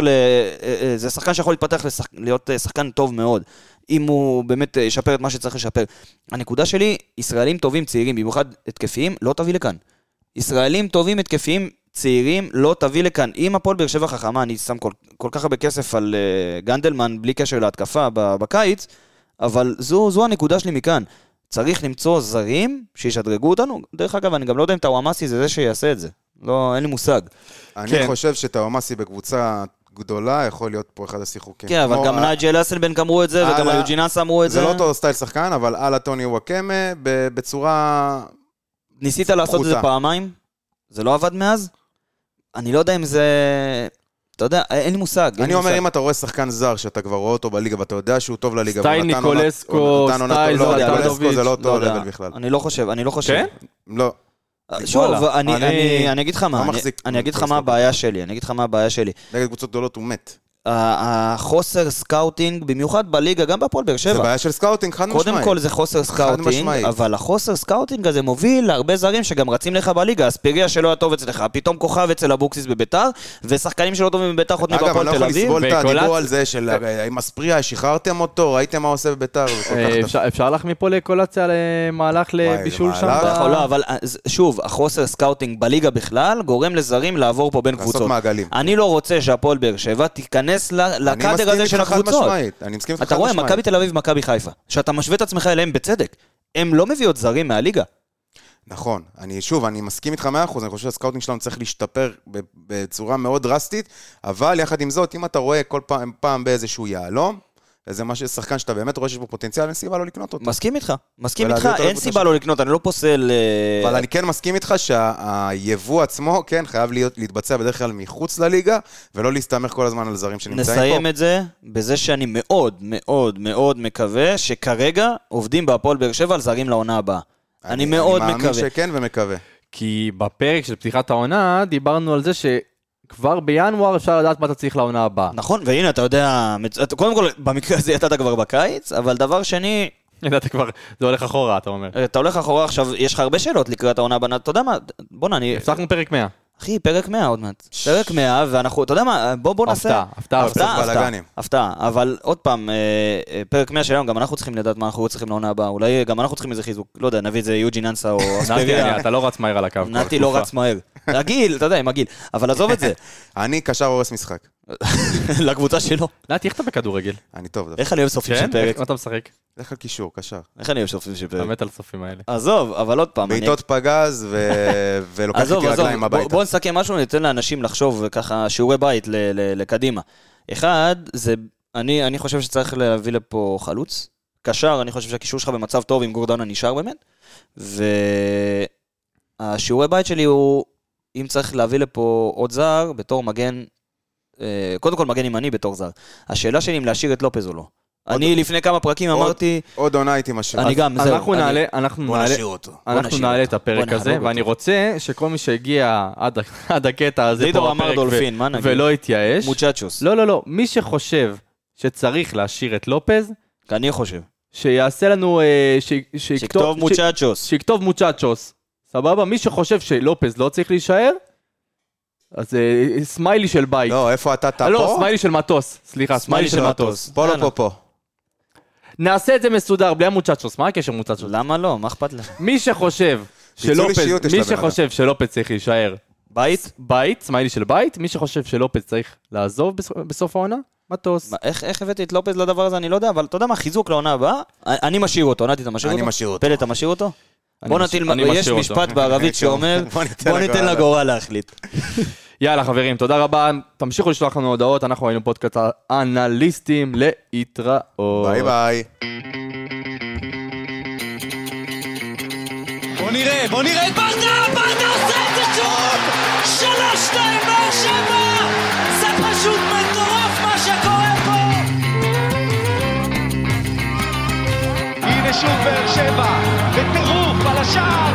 זה שחקן שיכול להתפתח להיות שחקן טוב מאוד, אם הוא באמת ישפר את מה שצריך לשפר. הנקודה שלי, ישראלים טובים צעירים, במיוחד התקפיים, לא תביא לכאן. ישראלים טובים התקפיים צעירים, לא תביא לכאן. אם הפועל באר שבע חכמה, אני שם כל, כל כך הרבה כסף על uh, גנדלמן, בלי קשר להתקפה בקיץ, אבל זו, זו הנקודה שלי מכאן. צריך למצוא זרים שישדרגו אותנו. דרך אגב, אני גם לא יודע אם טאוואמאסי זה זה שיעשה את זה. לא, אין לי מושג. אני כן. חושב שטאוואמאסי בקבוצה גדולה יכול להיות פה אחד השיחוקים. כן, אבל גם נייג'ל אסלבנק אמרו את זה, וגם היוג'ינס אמרו את זה. זה לא אותו סטייל שחקן, אבל על הטוני וואקמה, בצורה... ניסית לעשות את זה פעמיים? זה לא עבד מאז? אני לא יודע אם זה... אתה יודע, אין לי מושג. אני אומר, אם אתה רואה שחקן זר, שאתה כבר רואה אותו בליגה, ואתה יודע שהוא טוב לליגה, סטייל ניקולסקו, סטייל זלטנוביץ', זה לא אותו לבל בכלל. אני לא חושב, אני לא חושב. כן? לא. שוב, אני אגיד לך מה, אני אגיד לך מה הבעיה שלי, אני אגיד לך מה הבעיה שלי. נגד קבוצות גדולות הוא מת. החוסר סקאוטינג, במיוחד בליגה, גם בהפועל באר שבע. זה בעיה של סקאוטינג, חד משמעית. קודם כל זה חוסר סקאוטינג, אבל החוסר סקאוטינג הזה מוביל להרבה זרים שגם רצים לך בליגה. אספיריה שלא היה טוב אצלך, פתאום כוכב אצל אבוקסיס בביתר, ושחקנים שלא טובים בביתר חותמים בהפועל תל אביב. אגב, אני לא יכול לסבול את הדיבור על זה של עם אספיריה, שחררתם אותו, ראיתם מה עושה בביתר. אפשר לך מפה לקולציה למהלך לבישול שם? לא, אבל שוב, החוסר סקאוטינג בליגה בכלל גורם לזרים לעבור פה בין קבוצות. אני לא רוצה שהפועל באר שבע תיכנס לקאדר הזה של הקבוצות. אתה רואה, מכבי תל אביב ומכבי חיפה, שאתה משווה את עצמך אליהם בצדק, הם לא מביאות זרים מהליגה. נכון, אני שוב, אני מסכים איתך מאה אחוז, אני חושב שהסקאוטינג שלנו צריך להשתפר בצורה מאוד דרסטית, אבל יחד עם זאת, אם אתה רואה כל פעם, פעם באיזשהו יעלום, זה מה ששחקן שאתה באמת רואה שיש בו פוטנציאל, אין סיבה לא לקנות אותו. מסכים איתך, מסכים איתך, אין סיבה לא לקנות, אני לא פוסל... אבל אני כן מסכים איתך שהיבוא עצמו, כן, חייב להתבצע בדרך כלל מחוץ לליגה, ולא להסתמך כל הזמן על זרים שנמצאים פה. נסיים את זה בזה שאני מאוד מאוד מאוד מקווה שכרגע עובדים בהפועל באר שבע על זרים לעונה הבאה. אני מאוד מקווה. אני מאמין שכן ומקווה. כי בפרק של פתיחת העונה דיברנו על זה ש... כבר בינואר אפשר לדעת מה אתה צריך לעונה הבאה. נכון, והנה, אתה יודע, קודם כל, במקרה הזה יתת כבר בקיץ, אבל דבר שני... יתת כבר, זה הולך אחורה, אתה אומר. אתה הולך אחורה, עכשיו, יש לך הרבה שאלות לקראת העונה הבאה, אתה יודע מה, בוא נע, אני... הפסקנו פרק מאה. אחי, פרק מאה עוד מעט. פרק מאה, ואנחנו, אתה יודע מה, בוא בוא נעשה... הפתעה, הפתעה. הפתעה, הפתעה. אבל עוד פעם, פרק מאה שלנו, גם אנחנו צריכים לדעת מה אנחנו צריכים לעונה הבאה. אולי גם אנחנו צריכים איזה חיזוק. לא יודע, נביא את זה יוג'י ננסה או אספריה. אתה לא רץ מהר על הקו. נתי לא רץ מהר. רגיל, אתה יודע, מגיל. אבל עזוב את זה. אני קשר הורס משחק. לקבוצה שלו. נתי, איך אתה בכדורגל? אני טוב. איך אני אוהב סופים של פרק? איך אתה משחק? איך על קישור, קשר. איך אני אוהב סופים של פרק? אתה מת על הסופים האלה. עזוב, אבל עוד פעם. בעיטות פגז ולוקח איתי רגליים הביתה. בוא נסכם משהו, ניתן לאנשים לחשוב ככה שיעורי בית לקדימה. אחד, זה, אני, אני חושב שצריך להביא לפה חלוץ. קשר, אני חושב שהקישור שלך במצב טוב עם גורדנה נשאר באמת. והשיעורי בית שלי הוא, אם צריך להביא לפה עוד זר, בתור מגן, קודם כל מגן ימני בתור זר. השאלה שלי אם להשאיר את לופז או לא. אני לפני כמה פרקים אמרתי... עוד עונה הייתי משאיר. אני גם, זהו. אנחנו נעלה, אנחנו בוא נשאיר אותו. אנחנו נעלה את הפרק הזה, ואני רוצה שכל מי שהגיע עד הקטע הזה לידור אמר דולפין, מה נגיד? ולא התייאש. מוצ'צ'וס. לא, לא, לא. מי שחושב שצריך להשאיר את לופז, אני חושב. שיעשה לנו... שכתוב מוצ'צ'וס. שכתוב מוצ'צ'וס. סבבה? מי שחושב שלופז לא צריך להישאר, אז סמיילי של בית. לא, איפה אתה פה? לא, סמיילי של מטוס. סליחה, סמיילי של מטוס. פה, לא פה, פה. נעשה את זה מסודר, בלי המוצ'צ'וס. מה הקשר מוצ'צ'וס? למה לא? מה אכפת לך? מי שחושב שלופז, מי שחושב שלופז צריך להישאר בית, בית, סמיילי של בית, מי שחושב שלופז צריך לעזוב בסוף העונה, מטוס. איך הבאתי את לופז לדבר הזה? אני לא יודע, אבל אתה יודע מה, חיזוק לעונה הבאה? אני משאיר אותו, נתי, אתה משאיר אותו? אני משאיר אותו. פלט, אתה משאיר אותו? בוא נטיל, יש משפט בערבית שאומר, בוא ניתן לגורל להחליט. יאללה חברים, תודה רבה, תמשיכו לשלוח לנו הודעות, אנחנו היינו פודקאסט אנליסטים להתראות. ביי ביי. בוא נראה, בוא נראה את ברדה, ברדה עושה את זה שוב! שלוש שתיים באר שבע! זה פשוט מטורף מה שקורה פה! הנה שוב באר שבע, בטירוף על השער!